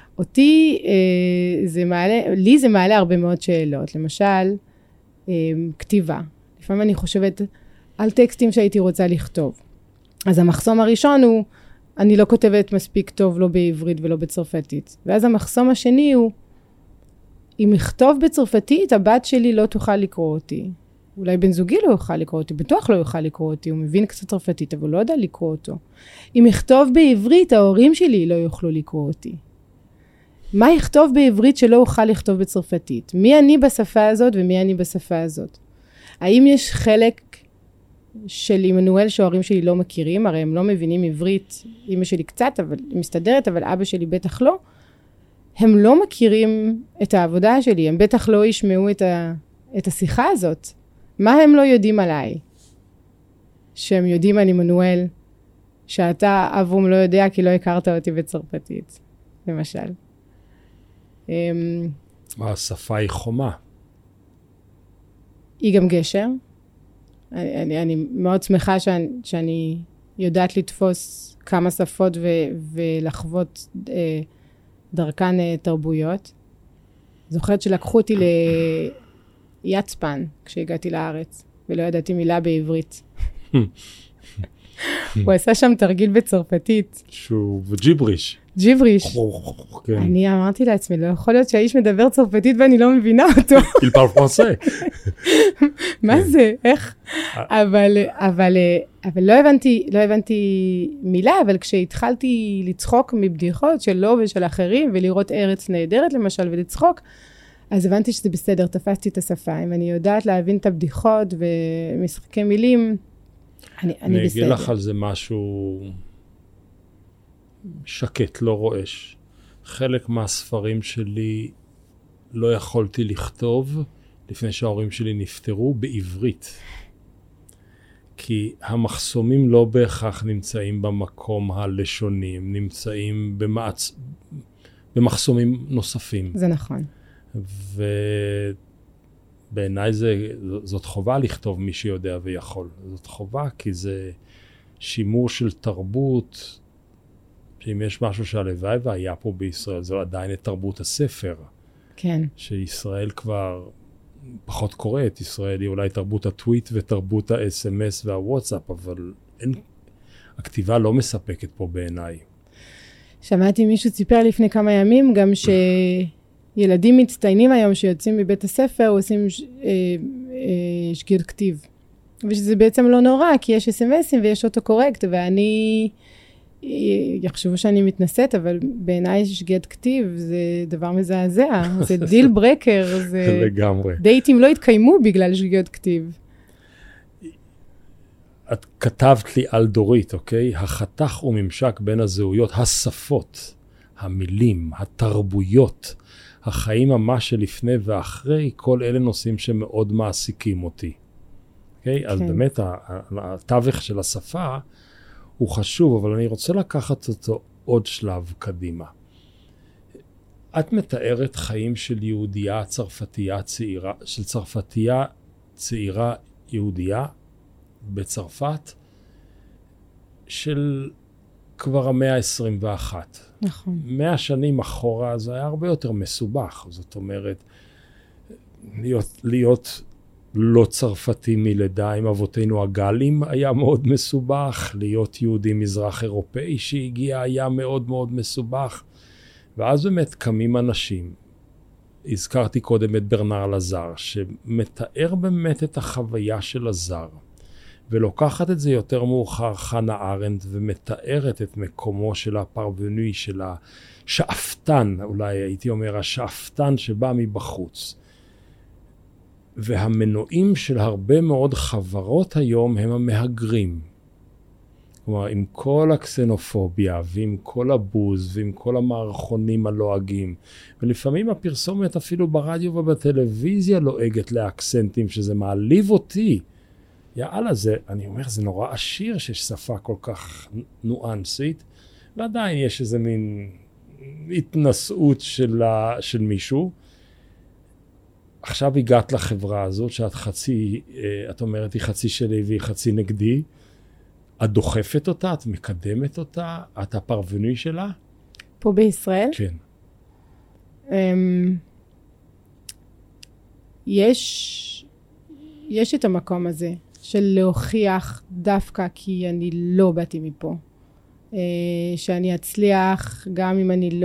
לי זה מעלה הרבה מאוד שאלות, למשל, כתיבה. לפעמים אני חושבת על טקסטים שהייתי רוצה לכתוב. אז המחסום הראשון הוא, אני לא כותבת מספיק טוב לא בעברית ולא בצרפתית. ואז המחסום השני הוא, אם אכתוב בצרפתית, הבת שלי לא תוכל לקרוא אותי. אולי בן זוגי לא יוכל לקרוא אותי, בטוח לא יוכל לקרוא אותי, הוא מבין קצת צרפתית, אבל לא יודע לקרוא אותו. אם אכתוב בעברית, ההורים שלי לא יוכלו לקרוא אותי. מה יכתוב בעברית שלא אוכל לכתוב בצרפתית? מי אני בשפה הזאת ומי אני בשפה הזאת? האם יש חלק של עמנואל שההורים שלי לא מכירים? הרי הם לא מבינים עברית, אמא שלי קצת, אבל היא מסתדרת, אבל אבא שלי בטח לא. הם לא מכירים את העבודה שלי, הם בטח לא ישמעו את השיחה הזאת. מה הם לא יודעים עליי? שהם יודעים על עמנואל, שאתה אבום לא יודע כי לא הכרת אותי בצרפתית, למשל. השפה היא חומה. היא גם גשר. אני מאוד שמחה שאני יודעת לתפוס כמה שפות ולחוות דרכן תרבויות. זוכרת שלקחו אותי ליצפן כשהגעתי לארץ, ולא ידעתי מילה בעברית. הוא עשה שם תרגיל בצרפתית. שהוא ג'יבריש. ג'יבריש. אני אמרתי לעצמי, לא יכול להיות שהאיש מדבר צרפתית ואני לא מבינה אותו. Il parle français. מה זה? איך? אבל לא הבנתי מילה, אבל כשהתחלתי לצחוק מבדיחות שלו ושל אחרים, ולראות ארץ נהדרת למשל ולצחוק, אז הבנתי שזה בסדר, תפסתי את השפה. אם אני יודעת להבין את הבדיחות ומשחקי מילים, אני בסדר. אני אגיד לך על זה משהו שקט, לא רועש. חלק מהספרים שלי לא יכולתי לכתוב לפני שההורים שלי נפטרו בעברית. כי המחסומים לא בהכרח נמצאים במקום הלשוני, הם נמצאים במחסומים נוספים. זה נכון. ובעיניי זאת חובה לכתוב מי שיודע ויכול. זאת חובה כי זה שימור של תרבות, שאם יש משהו שהלוואי והיה פה בישראל, זו עדיין את תרבות הספר. כן. שישראל כבר פחות קוראת, ישראל היא אולי תרבות הטוויט ותרבות ה-SMS והוואטסאפ, אבל הכתיבה לא מספקת פה בעיניי. שמעתי מישהו סיפר לפני כמה ימים, גם שילדים מצטיינים היום שיוצאים מבית הספר, עושים שגיאות כתיב. ושזה בעצם לא נורא, כי יש SMSים ויש אוטו-קורקט, ואני יחשבו שאני מתנשאת, אבל בעיניי שגיאת כתיב זה דבר מזעזע, זה דיל ברקר, זה לגמרי. דייטים לא התקיימו בגלל שגיאות כתיב. את כתבת לי על דורית, אוקיי? החתך וממשק בין הזהויות, השפות, המילים, התרבויות, החיים ממש שלפני ואחרי, כל אלה נושאים שמאוד מעסיקים אותי. אוקיי? כן. אז באמת התווך של השפה הוא חשוב, אבל אני רוצה לקחת אותו עוד שלב קדימה. את מתארת חיים של יהודייה צרפתייה צעירה, של צרפתייה צעירה יהודייה בצרפת, של כבר המאה ה-21. נכון. 100 שנים אחורה זה היה הרבה יותר מסובך, זאת אומרת, להיות לא צרפתי מלידה עם אבותינו הגלים היה מאוד מסובך, להיות יהודי מזרח אירופאי שהגיע היה מאוד מאוד מסובך, ואז באמת קמים אנשים, הזכרתי קודם את ברנר לזר, שמתאר באמת את החוויה של הזר, ולוקחת את זה יותר מאוחר חנה ארנדט, ומתארת את מקומו של הפרבנוי, של השאפתן, אולי הייתי אומר השאפתן שבא מבחוץ. והמנועים של הרבה מאוד חברות היום הם המהגרים. כלומר, עם כל הקסנופוביה, ועם כל הבוז, ועם כל המערכונים הלועגים, ולפעמים הפרסומת אפילו ברדיו ובטלוויזיה לועגת לאקסנטים, שזה מעליב אותי. יאללה, אני אומר, זה נורא עשיר שיש שפה כל כך נואנסית, ועדיין יש איזה מין התנסות של מישהו. עכשיו הגעת לחברה הזאת, שאת את אומרת, היא חצי שלי והיא חצי נגדי, את דוחפת אותה, את מקדמת אותה, את הפרבנוי שלה? פה בישראל? כן. יש את המקום הזה של להוכיח דווקא כי אני לא באתי מפה. שאני אצליח גם אם אני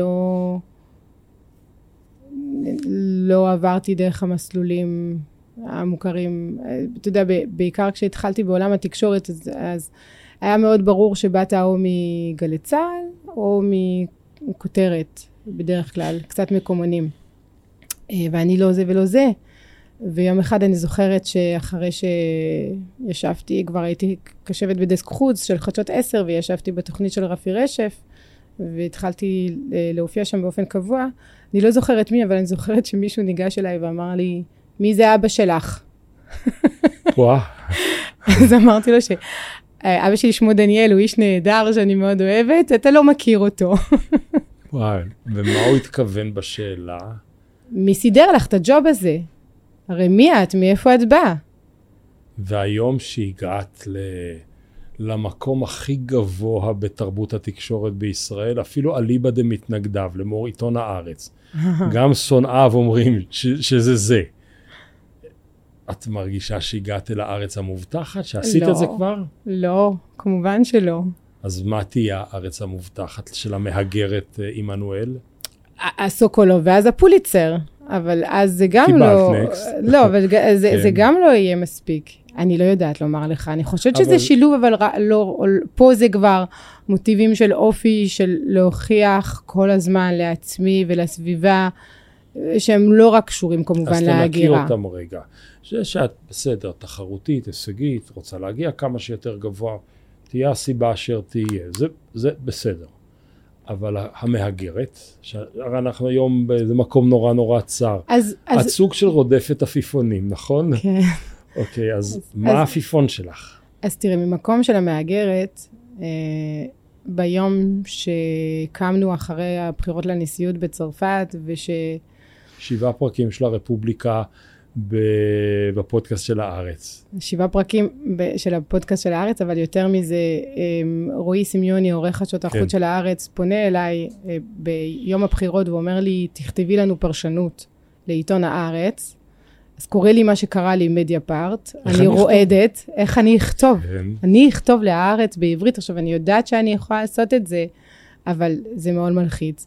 לא עברתי דרך המסלולים המוכרים. אתה יודע, בעיקר כשהתחלתי בעולם התקשורת, אז היה מאוד ברור שבאת או מגלי צהל או מכותרת, בדרך כלל, קצת מקומונים. ואני לא זה ולא זה. ויום אחד אני זוכרת שאחרי שישבתי, כבר הייתי קשבת בדסק חוץ של חדשות 10, וישבתי בתוכנית של רפי רשף, והתחלתי להופיע שם באופן קבוע. אני לא זוכרת מי, אבל אני זוכרת שמישהו ניגש אליי ואמר לי, מי זה אבא שלך? וואו. אז אמרתי לו שאבא שלי שמו דניאל, הוא איש נהדר שאני מאוד אוהבת, אתה לא מכיר אותו. וואו, ומה הוא התכוון בשאלה? מי סידר לך את הג'וב הזה? הרי מי את? מאיפה את באה? והיום שהגעת למקום הכי גבוה בתרבות התקשורת בישראל, אפילו אליבא דמתנגדיו, לאמור עיתון הארץ. גם שונאיו אומרים שזה זה. את מרגישה שהגעת אל הארץ המובטחת? שעשית את זה כבר? לא, כמובן שלא. אז מה תהיה הארץ המובטחת של המהגרת עמנואל? הסוקולוב ואז הפוליצר. אבל אז זה גם לא... לא, אבל זה גם לא יהיה מספיק. אני לא יודעת לומר לך. אני חושבת שזה שילוב, אבל פה זה כבר מוטיבים של אופי, של להוכיח כל הזמן לעצמי ולסביבה, שהם לא רק קשורים כמובן להגירה. אז תנקי אותם רגע. שאת בסדר, תחרותית, הישגית, רוצה להגיע כמה שיותר גבוה, תהיה הסיבה אשר תהיה. זה בסדר. אבל המהגרת, הרי אנחנו היום באיזה מקום נורא נורא צר. את סוג של רודפת עפיפונים, נכון? כן. אוקיי, אז מה העפיפון שלך? אז תראה, ממקום של המהגרת, ביום שקמנו אחרי הבחירות לנשיאות בצרפת, 7 פרקים של הרפובליקה בפודקאסט של הארץ. 7 פרקים של הפודקאסט של הארץ, אבל יותר מזה, רועי סמיוני, עורך חדשות החוץ של הארץ, פונה אליי ביום הבחירות ואומר לי, תכתבי לנו פרשנות לעיתון הארץ. אז קורא לי מה שקרה לי מדיה-פארט, אני רועדת, איך אני אכתוב? אני אכתוב להארץ בעברית, עכשיו אני יודעת שאני יכולה לעשות את זה, אבל זה מאוד מלחיץ.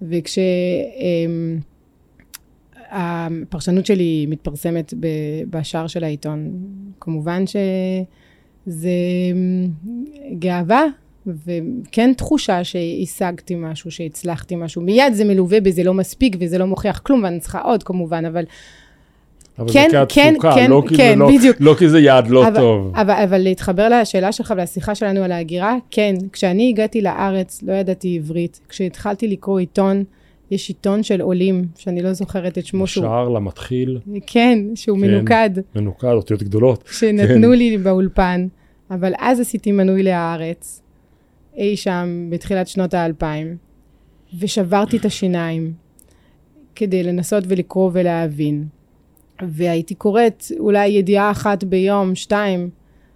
הפרשנות שלי מתפרסמת בשער של העיתון. כמובן שזה גאווה, וכן תחושה שהשגתי משהו, שהצלחתי משהו. מיד זה מלווה בזה לא מספיק, וזה לא מוכיח כלום, ואני צריכה עוד כמובן, אבל כן, כן, כן, בדיוק. לא כי זה יעד לא טוב. אבל להתחבר לשאלה שלך ולשיחה שלנו על ההגירה, כן, כשאני הגעתי לארץ, לא ידעתי עברית. כשהתחלתי לקרוא עיתון, יש עיתון של עולים, שאני לא זוכרת את שמו. שער למתחיל. כן, שהוא מנוקד. מנוקד, אותיות גדולות. שנתנו לי באולפן. אבל אז עשיתי מנוי להארץ, אי שם בתחילת שנות ה-2000, ושברתי את השיניים, כדי לנסות ולקרוא ולהבין. והייתי קוראת אולי ידיעה אחת ביום, 2,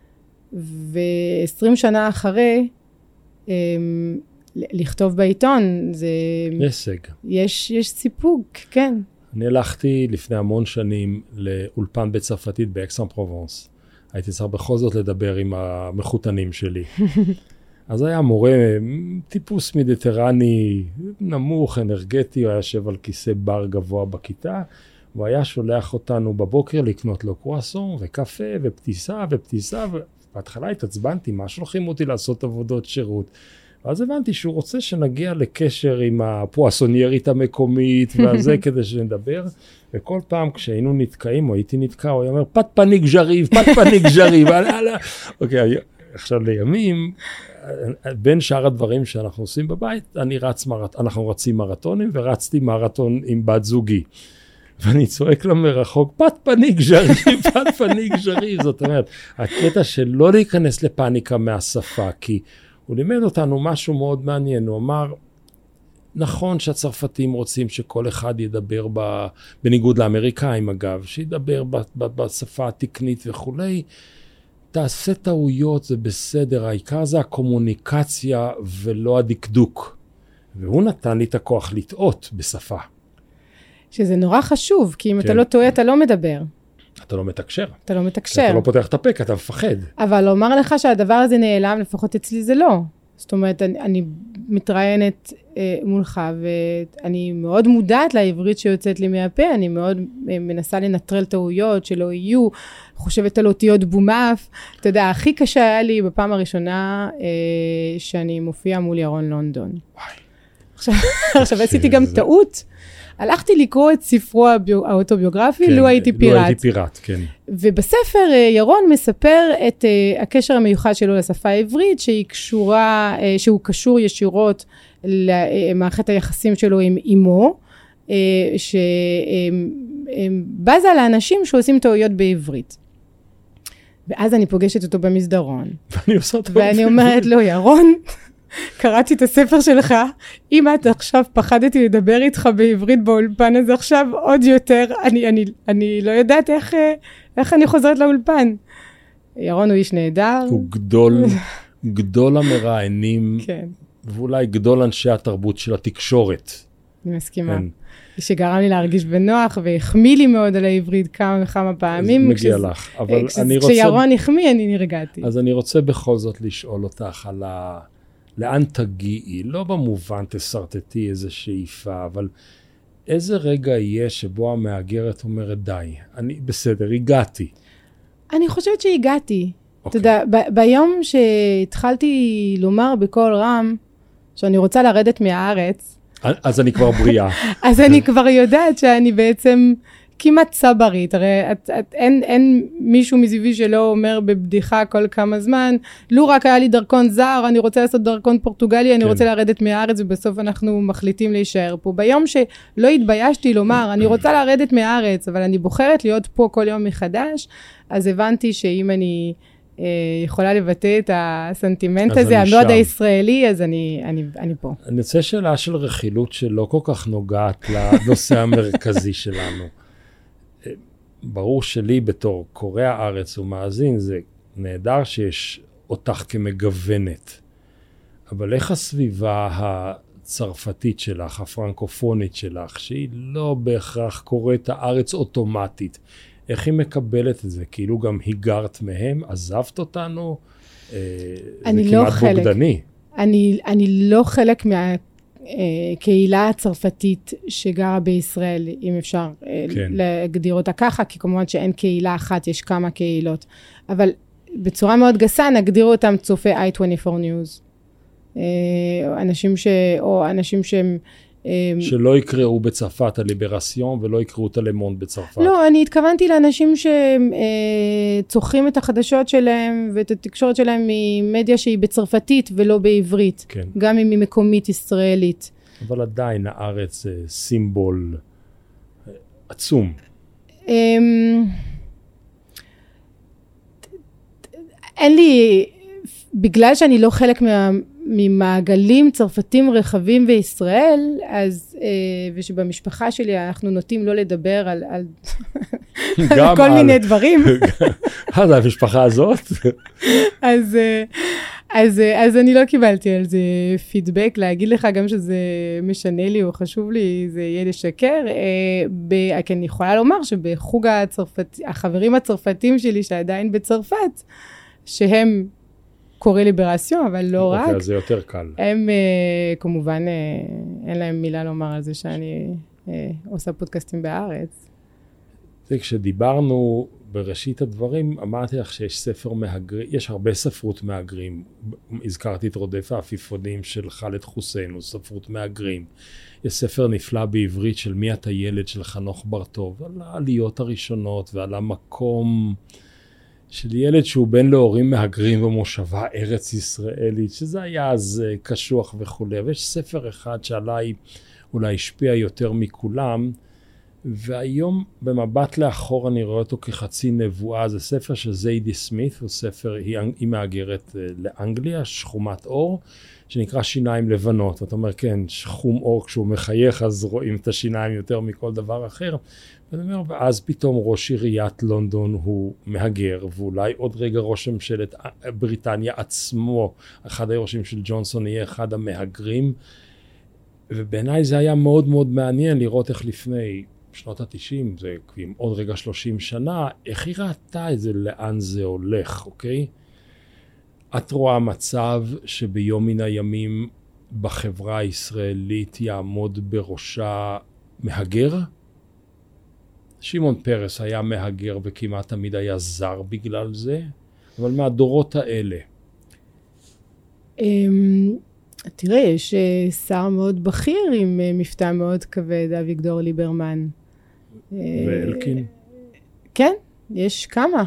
ו20 שנה אחרי, לכתוב בעיתון, זה... הישג. יש סיפוק, כן. אני הלכתי לפני המון שנים לאולפן בצרפתית באקסן פרובנס. הייתי צריך בכל זאת לדבר עם המחותנים שלי. אז היה מורה, טיפוס מדיטרני, נמוך, אנרגטי, הוא היה יושב על כיסא בר גבוה בכיתה, הוא היה שולח אותנו בבוקר לקנות לו קרואסון וקפה ופטיסה, ובהתחלה התעצבנתי, מה שולחים אותי לעשות עבודות שירות? ואז הבנתי שהוא רוצה שנגיע לקשר עם הפואסוניירית המקומית וזה כדי שנדבר, וכל פעם כשהיינו נתקעים או הייתי נתקע, הוא היה אומר, פת פניק ז'ריב, אוקיי, עכשיו לימים, בין שאר הדברים שאנחנו עושים בבית, אנחנו רצים מרתונים, ורצתי מרתון עם בת זוגי. ואני צועק לה מרחוק, פת פניק ז'ריב, זאת אומרת, הקטע של לא להיכנס לפאניקה מהשפה, כי הוא לימד אותנו משהו מאוד מעניין, הוא אמר, נכון שהצרפתים רוצים שכל אחד ידבר, בניגוד לאמריקאים אגב, שידבר בשפה התקנית וכולי, תעשה טעויות, זה בסדר, העיקר זה הקומוניקציה ולא הדקדוק. והוא נתן לי את הכוח לטעות בשפה. שזה נורא חשוב, כי אם אתה לא טועה, אתה לא מדבר. אתה לא מתקשר. אתה לא מתקשר. אתה לא פותח את הפה, אתה מפחד. אבל לומר לך שהדבר הזה נעלם, לפחות אצלי זה לא. זאת אומרת, אני מתראיינת מולך, ואני מאוד מודעת לעברית שיוצאת לי מהפה, אני מאוד מנסה לנטרל טעויות שלא יהיו, חושבת על אותיות בומף. אתה יודע, הכי קשה היה לי בפעם הראשונה שאני מופיעה מול ירון לונדון. עכשיו עשיתי גם טעות. הלכתי לקרוא את ספרו האוטוביוגרפי, לו הייתי פיראט. לו הייתי פיראט, כן. ובספר ירון מספר את הקשר המיוחד שלו לשפה העברית, שהוא קשור ישירות למערכת היחסים שלו עם אמו, שבזה לאנשים שעושים טעויות בעברית. ואז אני פוגשת אותו במסדרון. ואני אומרת לו, ירון, קראתי את הספר שלך, אם את עכשיו פחדתי לדבר איתך בעברית באולפן, אז עכשיו עוד יותר, אני לא יודעת איך אני חוזרת לאולפן. ירון הוא איש נהדר. הוא גדול המראיינים, כן. ואולי גדול אנשי התרבות של התקשורת. אני מסכימה. כן. שגרם לי להרגיש בנוח, והחמיא לי מאוד על העברית כמה וכמה פעמים. מגיע לך. אבל כשירון החמיא, אני נרגעתי. אז אני רוצה בכל זאת לשאול אותך על לאן תגיעי, לא במובן תסרטטי איזה שאיפה, אבל איזה רגע יהיה שבו המאגרת אומרת די, אני בסדר, הגעתי. אני חושבת שהגעתי. אתה יודע, ביום שהתחלתי לומר בקול רם, שאני רוצה לרדת מהארץ. אז אני כבר בריאה. אז אני כבר יודעת שאני בעצם כמעט סברית, הרי אין מישהו מסביבי שלא אומר בבדיחה כל כמה זמן, לו רק היה לי דרכון זר, אני רוצה לעשות דרכון פורטוגלי, אני רוצה לרדת מהארץ, ובסוף אנחנו מחליטים להישאר פה. ביום שלא התביישתי לומר, אני רוצה לרדת מהארץ, אבל אני בוחרת להיות פה כל יום מחדש, אז הבנתי שאם אני יכולה לבטא את הסנטימנט הזה, המאוד הישראלי, אז אני פה. אני רוצה שאלה של רכילות שלא כל כך נוגעת לנושא המרכזי שלנו. ברור שלי בתור קורא הארץ ומאזין, זה נהדר שיש אותך כמגוונת. אבל איך הסביבה הצרפתית שלך, הפרנקופונית שלך, שהיא לא בהכרח קוראת הארץ אוטומטית, איך היא מקבלת את זה? כאילו גם היגרת מהם, עזבת אותנו? זה כמעט בוגדני. אני לא חלק מהקהילה הצרפתית שגרה בישראל, אם אפשר להגדיר אותה ככה, כי כמובן שאין קהילה אחת, יש כמה קהילות. אבל בצורה מאוד גסה נגדיר אותם צופי i24 News. אנשים שהם שלא יקראו בצרפת הליברסיון ולא יקראו את הלמונד בצרפת. לא, אני התכוונתי לאנשים שצורכים את החדשות שלהם ואת התקשורת שלהם ממדיה שהיא בצרפתית ולא בעברית. כן. גם אם היא מקומית ישראלית. אבל עדיין הארץ זה סימבול עצום. אין לי, בגלל שאני לא חלק ממעגלים צרפתים רחבים בישראל, אז, ושבמשפחה שלי אנחנו נוטים לא לדבר על כל מיני דברים. זה המשפחה הזאת? אז אני לא קיבלתי על זה פידבק, להגיד לך גם שזה משנה לי או חשוב לי, זה יהיה לשקר. כי אני יכולה לומר שבחוג החברים הצרפתים שלי שעדיין בצרפת, שהם קורא ליברסיון, אבל לא רק. אז זה יותר קל. הם כמובן, אין להם מילה לומר על זה שאני עושה פודקאסטים בארץ. זה כשדיברנו בראשית הדברים, אמרתי לך שיש ספר מהגרים, יש הרבה ספרות מהגרים. הזכרתי את רודף העפיפונים של ח'אלד חוסיין, הוא ספרות מהגרים. יש ספר נפלא בעברית של מי אתה ילד של חנוך בר-טוב, על העליות הראשונות ועל המקום של ילד שהוא בן להורים מהגרים במושבה ארץ ישראלית, שזה היה אז קשוח וכו'. ויש ספר אחד שעליי אולי השפיע יותר מכולם, והיום במבט לאחור אני רואה אותו כחצי נבואה. זה ספר של זיידי סמית, הוא ספר, היא מהגרת לאנגליה, שחומת אור, שנקרא שיניים לבנות. אתה אומר, כן, שחום אור כשהוא מחייך, אז רואים את השיניים יותר מכל דבר אחר. ואני אומר, ואז פתאום ראש עיריית לונדון הוא מהגר, ואולי עוד רגע ראש ממשלת בריטניה עצמו, אחד היורשים של ג'ונסון, יהיה אחד המהגרים. ובעיניי זה היה מאוד מאוד מעניין לראות איך לפני שנות ה-90, זה עם עוד רגע 30 שנה, איך היא ראתה את זה, לאן זה הולך, אוקיי? את רואה מצב שביום מן הימים בחברה הישראלית יעמוד בראשה מהגר? שמעון פרס היה מהגר וכמעט תמיד היה זר בגלל זה, אבל מהדורות האלה. תראה, יש שר מאוד בכיר עם מבטא מאוד כבד, אביגדור ליברמן. ואלקין? כן, יש כמה.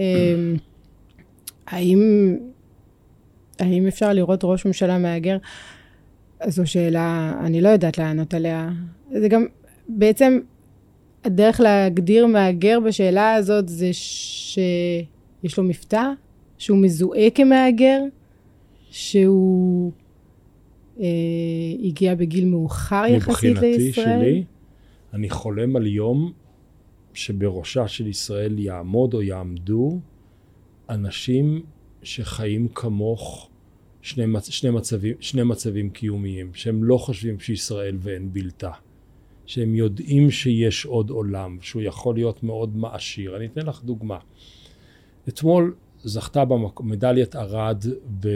האם אפשר לראות ראש ממשלה מהגר? זו שאלה, אני לא יודעת לענות עליה. זה גם, בעצם, הדרך להגדיר מהגר בשאלה הזאת זה שיש לו מבטא, שהוא מזוהה כמהגר, שהוא הגיע בגיל מאוחר יחסית לישראל. מבחינתי שלי, אני חולם על יום שבראשה של ישראל יעמוד או יעמדו אנשים שחיים כמוך שני מצבים קיומיים, שהם לא חושבים שישראל ואין בלתה, שהם יודעים שיש עוד עולם, שהוא יכול להיות מאוד מעשיר. אני אתן לך דוגמה. אתמול זכתה במדליית ארד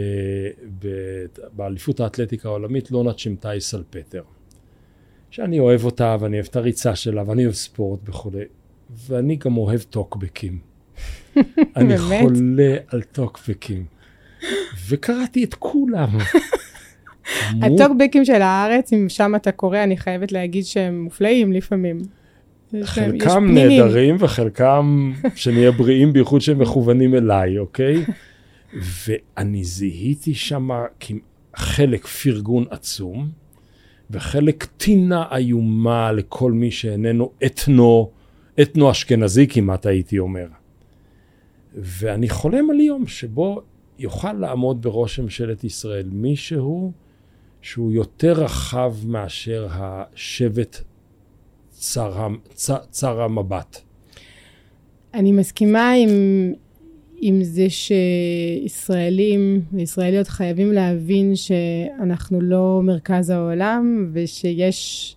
באליפות האתלטיקה העולמית לונת שמטאי סלפטר. שאני אוהב אותה ואני אוהב את הריצה שלה ואני אוהב ספורט וכו'. ואני גם אוהב טוקבקים. אני חולה על טוקבקים. וקראתי את כולם. הטוקבקים של הארץ, אם שם אתה קורא, אני חייבת להגיד שהם מופלאים לפעמים. חלקם נהדרים וחלקם שנהיה בריאים בייחוד שהם מכוונים אליי, אוקיי? ואני זיהיתי שם חלק פרגון עצום, וחלק טינה איומה לכל מי שאיננו אתנו אשכנזי כמעט הייתי אומר. ואני חולם על יום שבו יוכל לעמוד בראש ממשלת ישראל מישהו שהוא יותר רחב מאשר השבט צר המבט. אני מסכימה עם זה שישראלים וישראליות חייבים להבין שאנחנו לא מרכז העולם, ושיש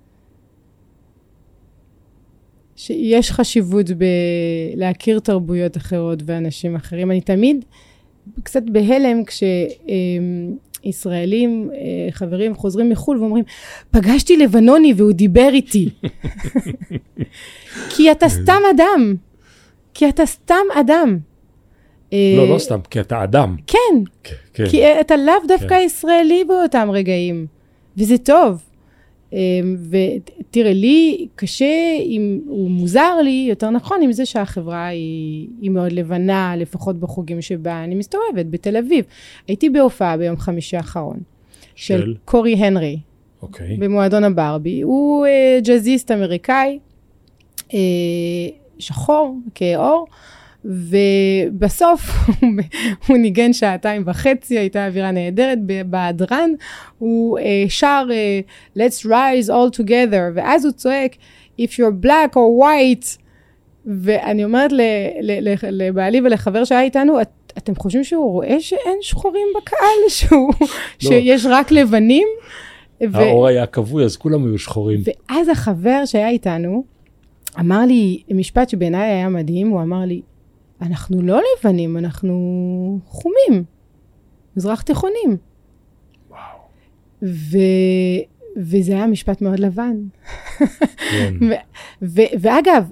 חשיבות להכיר תרבויות אחרות ואנשים אחרים. אני תמיד קצת בהלם כשישראלים, חברים חוזרים מחול ואומרים, פגשתי לבנוני והוא דיבר איתי. כי אתה סתם אדם. כי אתה סתם אדם. לא סתם, כי אתה אדם. כן. כי אתה לאו דווקא ישראלי באותם רגעים. וזה טוב. ותראה, לי קשה, הוא מוזר לי, יותר נכון, עם זה שהחברה היא מאוד לבנה, לפחות בחוגים שבה אני מסתובבת, בתל אביב. הייתי בהופעה ביום חמישי האחרון, של קורי הנרי, במועדון הברבי. הוא ג'אזיסט אמריקאי, שחור, כאור, ובסוף הוא ניגן 2.5 שעתיים, הייתה אווירה נהדרת, בהדרן הוא שר Let's rise all together, ואז הוא צועק If you're black or white, ואני אומרת לבעלי ולחבר שהיה איתנו, אתם חושבים שהוא רואה שאין שחורים בקהל, שיש רק לבנים? האור היה כבוי, אז כולם היו שחורים. ואז החבר שהיה איתנו, אמר לי משפט שבעיניי היה מדהים, הוא אמר לי, אנחנו לא לבנים, אנחנו חומים, מזרח תיכונים. וואו. וזה היה משפט מאוד לבן. כן. ואגב,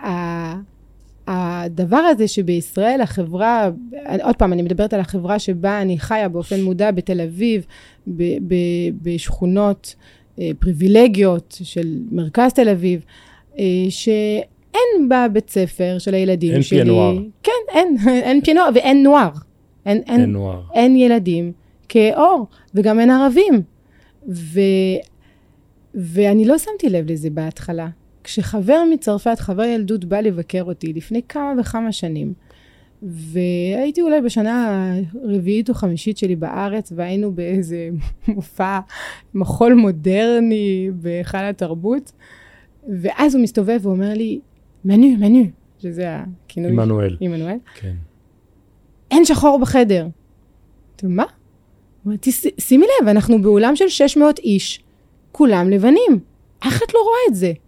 הדבר הזה שבישראל החברה, עוד פעם אני מדברת על החברה שבה אני חיה באופן מודע בתל אביב, בשכונות פריבילגיות של מרכז תל אביב, שאין בה בית ספר של הילדים שלי. אין פיינואר. כן, אין פיינואר ואין נוער. אין נוער. אין ילדים כאור, וגם אין ערבים. ואני לא שמתי לב לזה בהתחלה. כשחבר מצרפת, חבר ילדות בא לבקר אותי לפני כמה וכמה שנים, והייתי אולי בשנה הרביעית או חמישית שלי בארץ, והיינו באיזה מחול מודרני בהיכל התרבות, ואז הוא מסתובב ואומר לי, מנו, שזה הכינוי. עמנואל. כן. אין שחור בחדר. מה? אמרתי, שימי לב, אנחנו באולם של 600 איש, כולם לבנים. איך את לא רואה את זה?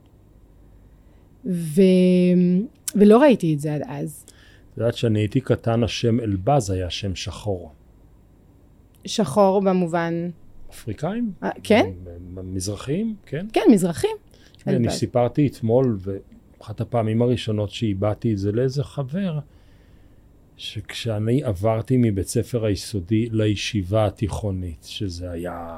ולא ראיתי את זה עד אז. את יודעת שאני הייתי קטן, השם אלבז היה שם שחור. שחור במובן... אפריקאים? כן? מזרחיים, כן? כן, מזרחים. אני סיפרתי אתמול, ואחת הפעמים הראשונות שהיבאתי את זה לאיזה חבר, שכשאני עברתי מבית ספר היסודי לישיבה התיכונית, שזה הייתה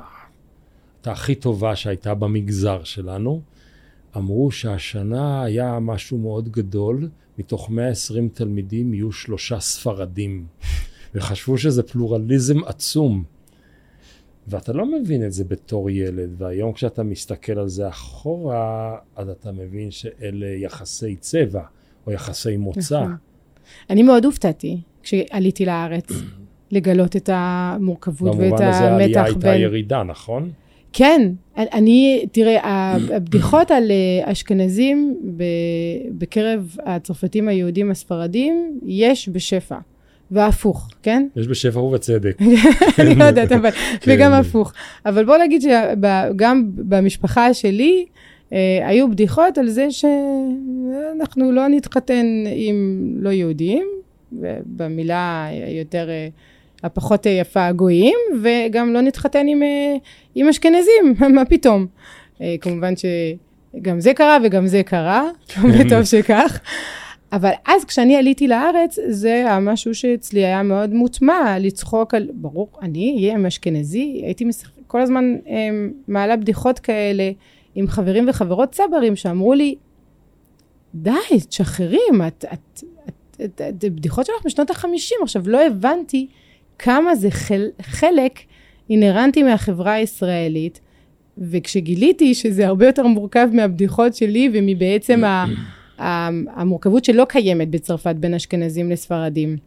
הכי טובה שהייתה במגזר שלנו, אמרו שהשנה היה משהו מאוד גדול, מתוך 120 תלמידים יהיו 3 ספרדים, וחשבו שזה פלורליזם עצום. ואתה לא מבין את זה בתור ילד, והיום כשאתה מסתכל על זה אחורה, אז אתה מבין שאלה יחסי צבע, או יחסי מוצא. אני מאוד הופתעתי כשעליתי לארץ, לגלות את המורכבות ואת המתח בין... במובן הזה העלייה הייתה ירידה, נכון? כן, תראה, הבדיחות על אשכנזים בקרב הצרפתים היהודים הספרדים, יש בשפע, והפוך, כן? יש בשפע ובצדק. אני לא יודעת, אבל, וגם הפוך. אבל בוא נגיד שגם במשפחה שלי, היו בדיחות על זה שאנחנו לא נתחתן עם לא יהודים, ובמילה יותר... הפחות יפה גויים, וגם לא נתחתן עם אשכנזים, מה פתאום? כמובן שגם זה קרה וגם זה קרה, וטוב שכך. אבל אז כשאני עליתי לארץ, זה היה משהו שאצלי היה מאוד מוטמע, לצחוק על, ברור, אני אהיה עם אשכנזי, הייתי כל הזמן מעלה בדיחות כאלה, עם חברים וחברות צברים, שאמרו לי, די, תשחררים, את בדיחות שלך משנות ה-50, עכשיו לא הבנתי, כמה זה חלק אינרנטי מהחברה הישראלית, וכשגיליתי שזה הרבה יותר מורכב מהבדיחות שלי, ומבעצם המורכבות שלא קיימת בצרפת בין אשכנזים לספרדים.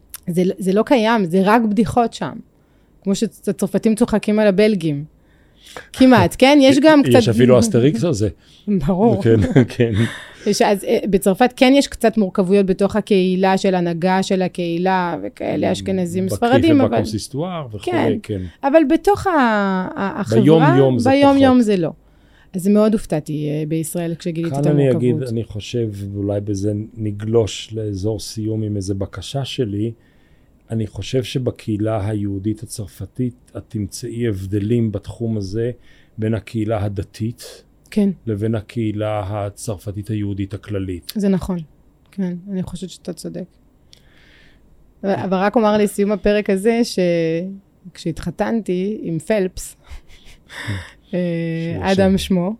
זה לא קיים, זה רק בדיחות שם. כמו שהצרפתים צוחקים על הבלגים. כמעט, כן? יש גם קצת... יש אפילו אסטריקס על זה. ברור. כן, כן. אז בצרפת כן יש קצת מורכבויות בתוך הקהילה של הנהגה של הקהילה, וכאלה אשכנזים ספרדים. בקריף ובקונסיסטואר וכו', כן. אבל בתוך החברה, ביום יום זה לא. אז מאוד הופתעתי בישראל כשגיליתי את המורכבות. כאן אני אגיד, אני חושב, ואולי בזה נגלוש לאזור סיום עם איזו בקשה שלי, אני חושב שבקהילה היהודית הצרפתית, את תמצאי הבדלים בתחום הזה, בין הקהילה הדתית, כן. לבין הקהילה הצרפתית היהודית הכללית. זה נכון, כן, אני חושבת שאתה צודק. אבל רק אומר לסיום הפרק הזה, שכשהתחתנתי עם פלפס, אדם שמו,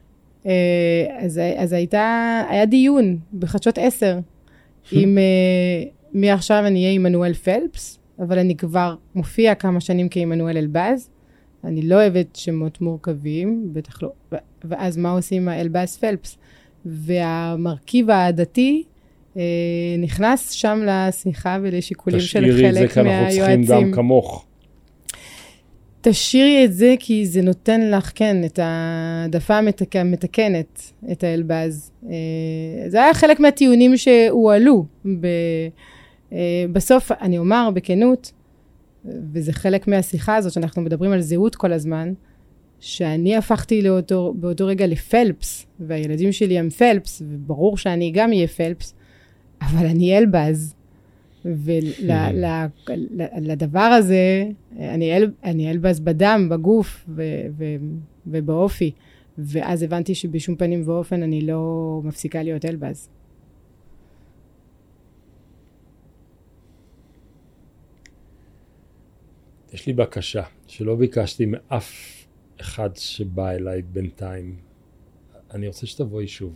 אז היה דיון בחדשות 10, עם מעכשיו אני אהיה עמנואל פלפס, אבל אני כבר מופיע כמה שנים כעמנואל אלבז, אני לא אוהבת שמות מורכבים, בטח לא, ואז מה עושים אלבז פלפס? והמרכיב העדתי נכנס שם לשיחה ולשיקולים של חלק מהיועצים. תשאירי את זה, כי אנחנו צריכים גם כמוך. תשאירי את זה, כי זה נותן לך, כן, את העדפה המתקנת, את האלבז. זה היה חלק מהטיעונים שהועלו בסוף אני אומר בכנות, וזה חלק מהשיחה הזאת שאנחנו מדברים על זהות כל הזמן, שאני הפכתי באותו רגע לפלפס, והילדים שלי הם פלפס, וברור שאני גם אהיה פלפס, אבל אני אלבז, ולדבר הזה, אני אלבז בדם, בגוף ובאופי, ואז הבנתי שבשום פנים ואופן אני לא מפסיקה להיות אלבז. יש לי בקשה, שלא ביקשתי מאף אחד שבא אליי בינתיים. אני רוצה שתבואי שוב.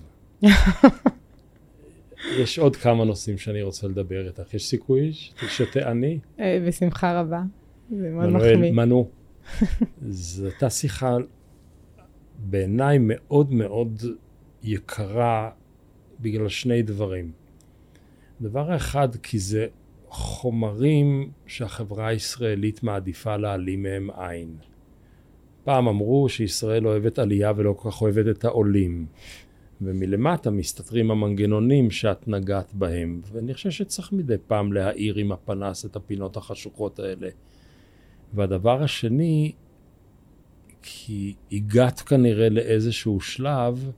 יש עוד כמה נושאים שאני רוצה לדבר איתך. יש סיכוי שתעני? בשמחה רבה. זה מאוד מחמיא. מנו. זו הייתה שיחה בעיניי מאוד מאוד יקרה בגלל שני דברים. דבר אחד, כי זה חומרים שהחברה הישראלית מעדיפה להעלים מהם עין. פעם אמרו שישראל אוהבת עלייה ולא כל כך אוהבת את העולים. ומלמטה מסתתרים המנגנונים שאת נגעת בהם. ואני חושב שצריך מדי פעם להאיר עם הפנס את הפינות החשוכות האלה. והדבר השני, כי הגעת כנראה לאיזשהו שלב,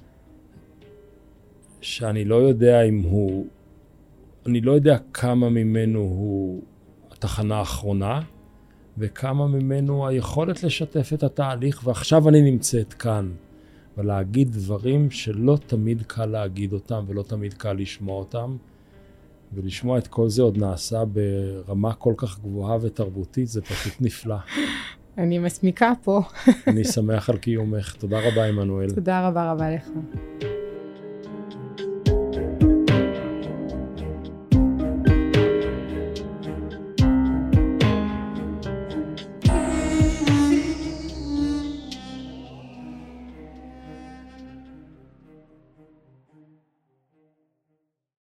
שאני לא יודע אם הוא, אני לא יודע כמה ממנו הוא התחנה האחרונה, וכמה ממנו היכולת לשתף את התהליך, ועכשיו אני נמצאת כאן, ולהגיד דברים שלא תמיד קל להגיד אותם, ולא תמיד קל לשמוע אותם, ולשמוע את כל זה עוד נעשה ברמה כל כך גבוהה ותרבותית, זה פשוט נפלא. אני מסמיקה פה. אני שמח על קיומך. תודה רבה, עמנואל. תודה רבה לך.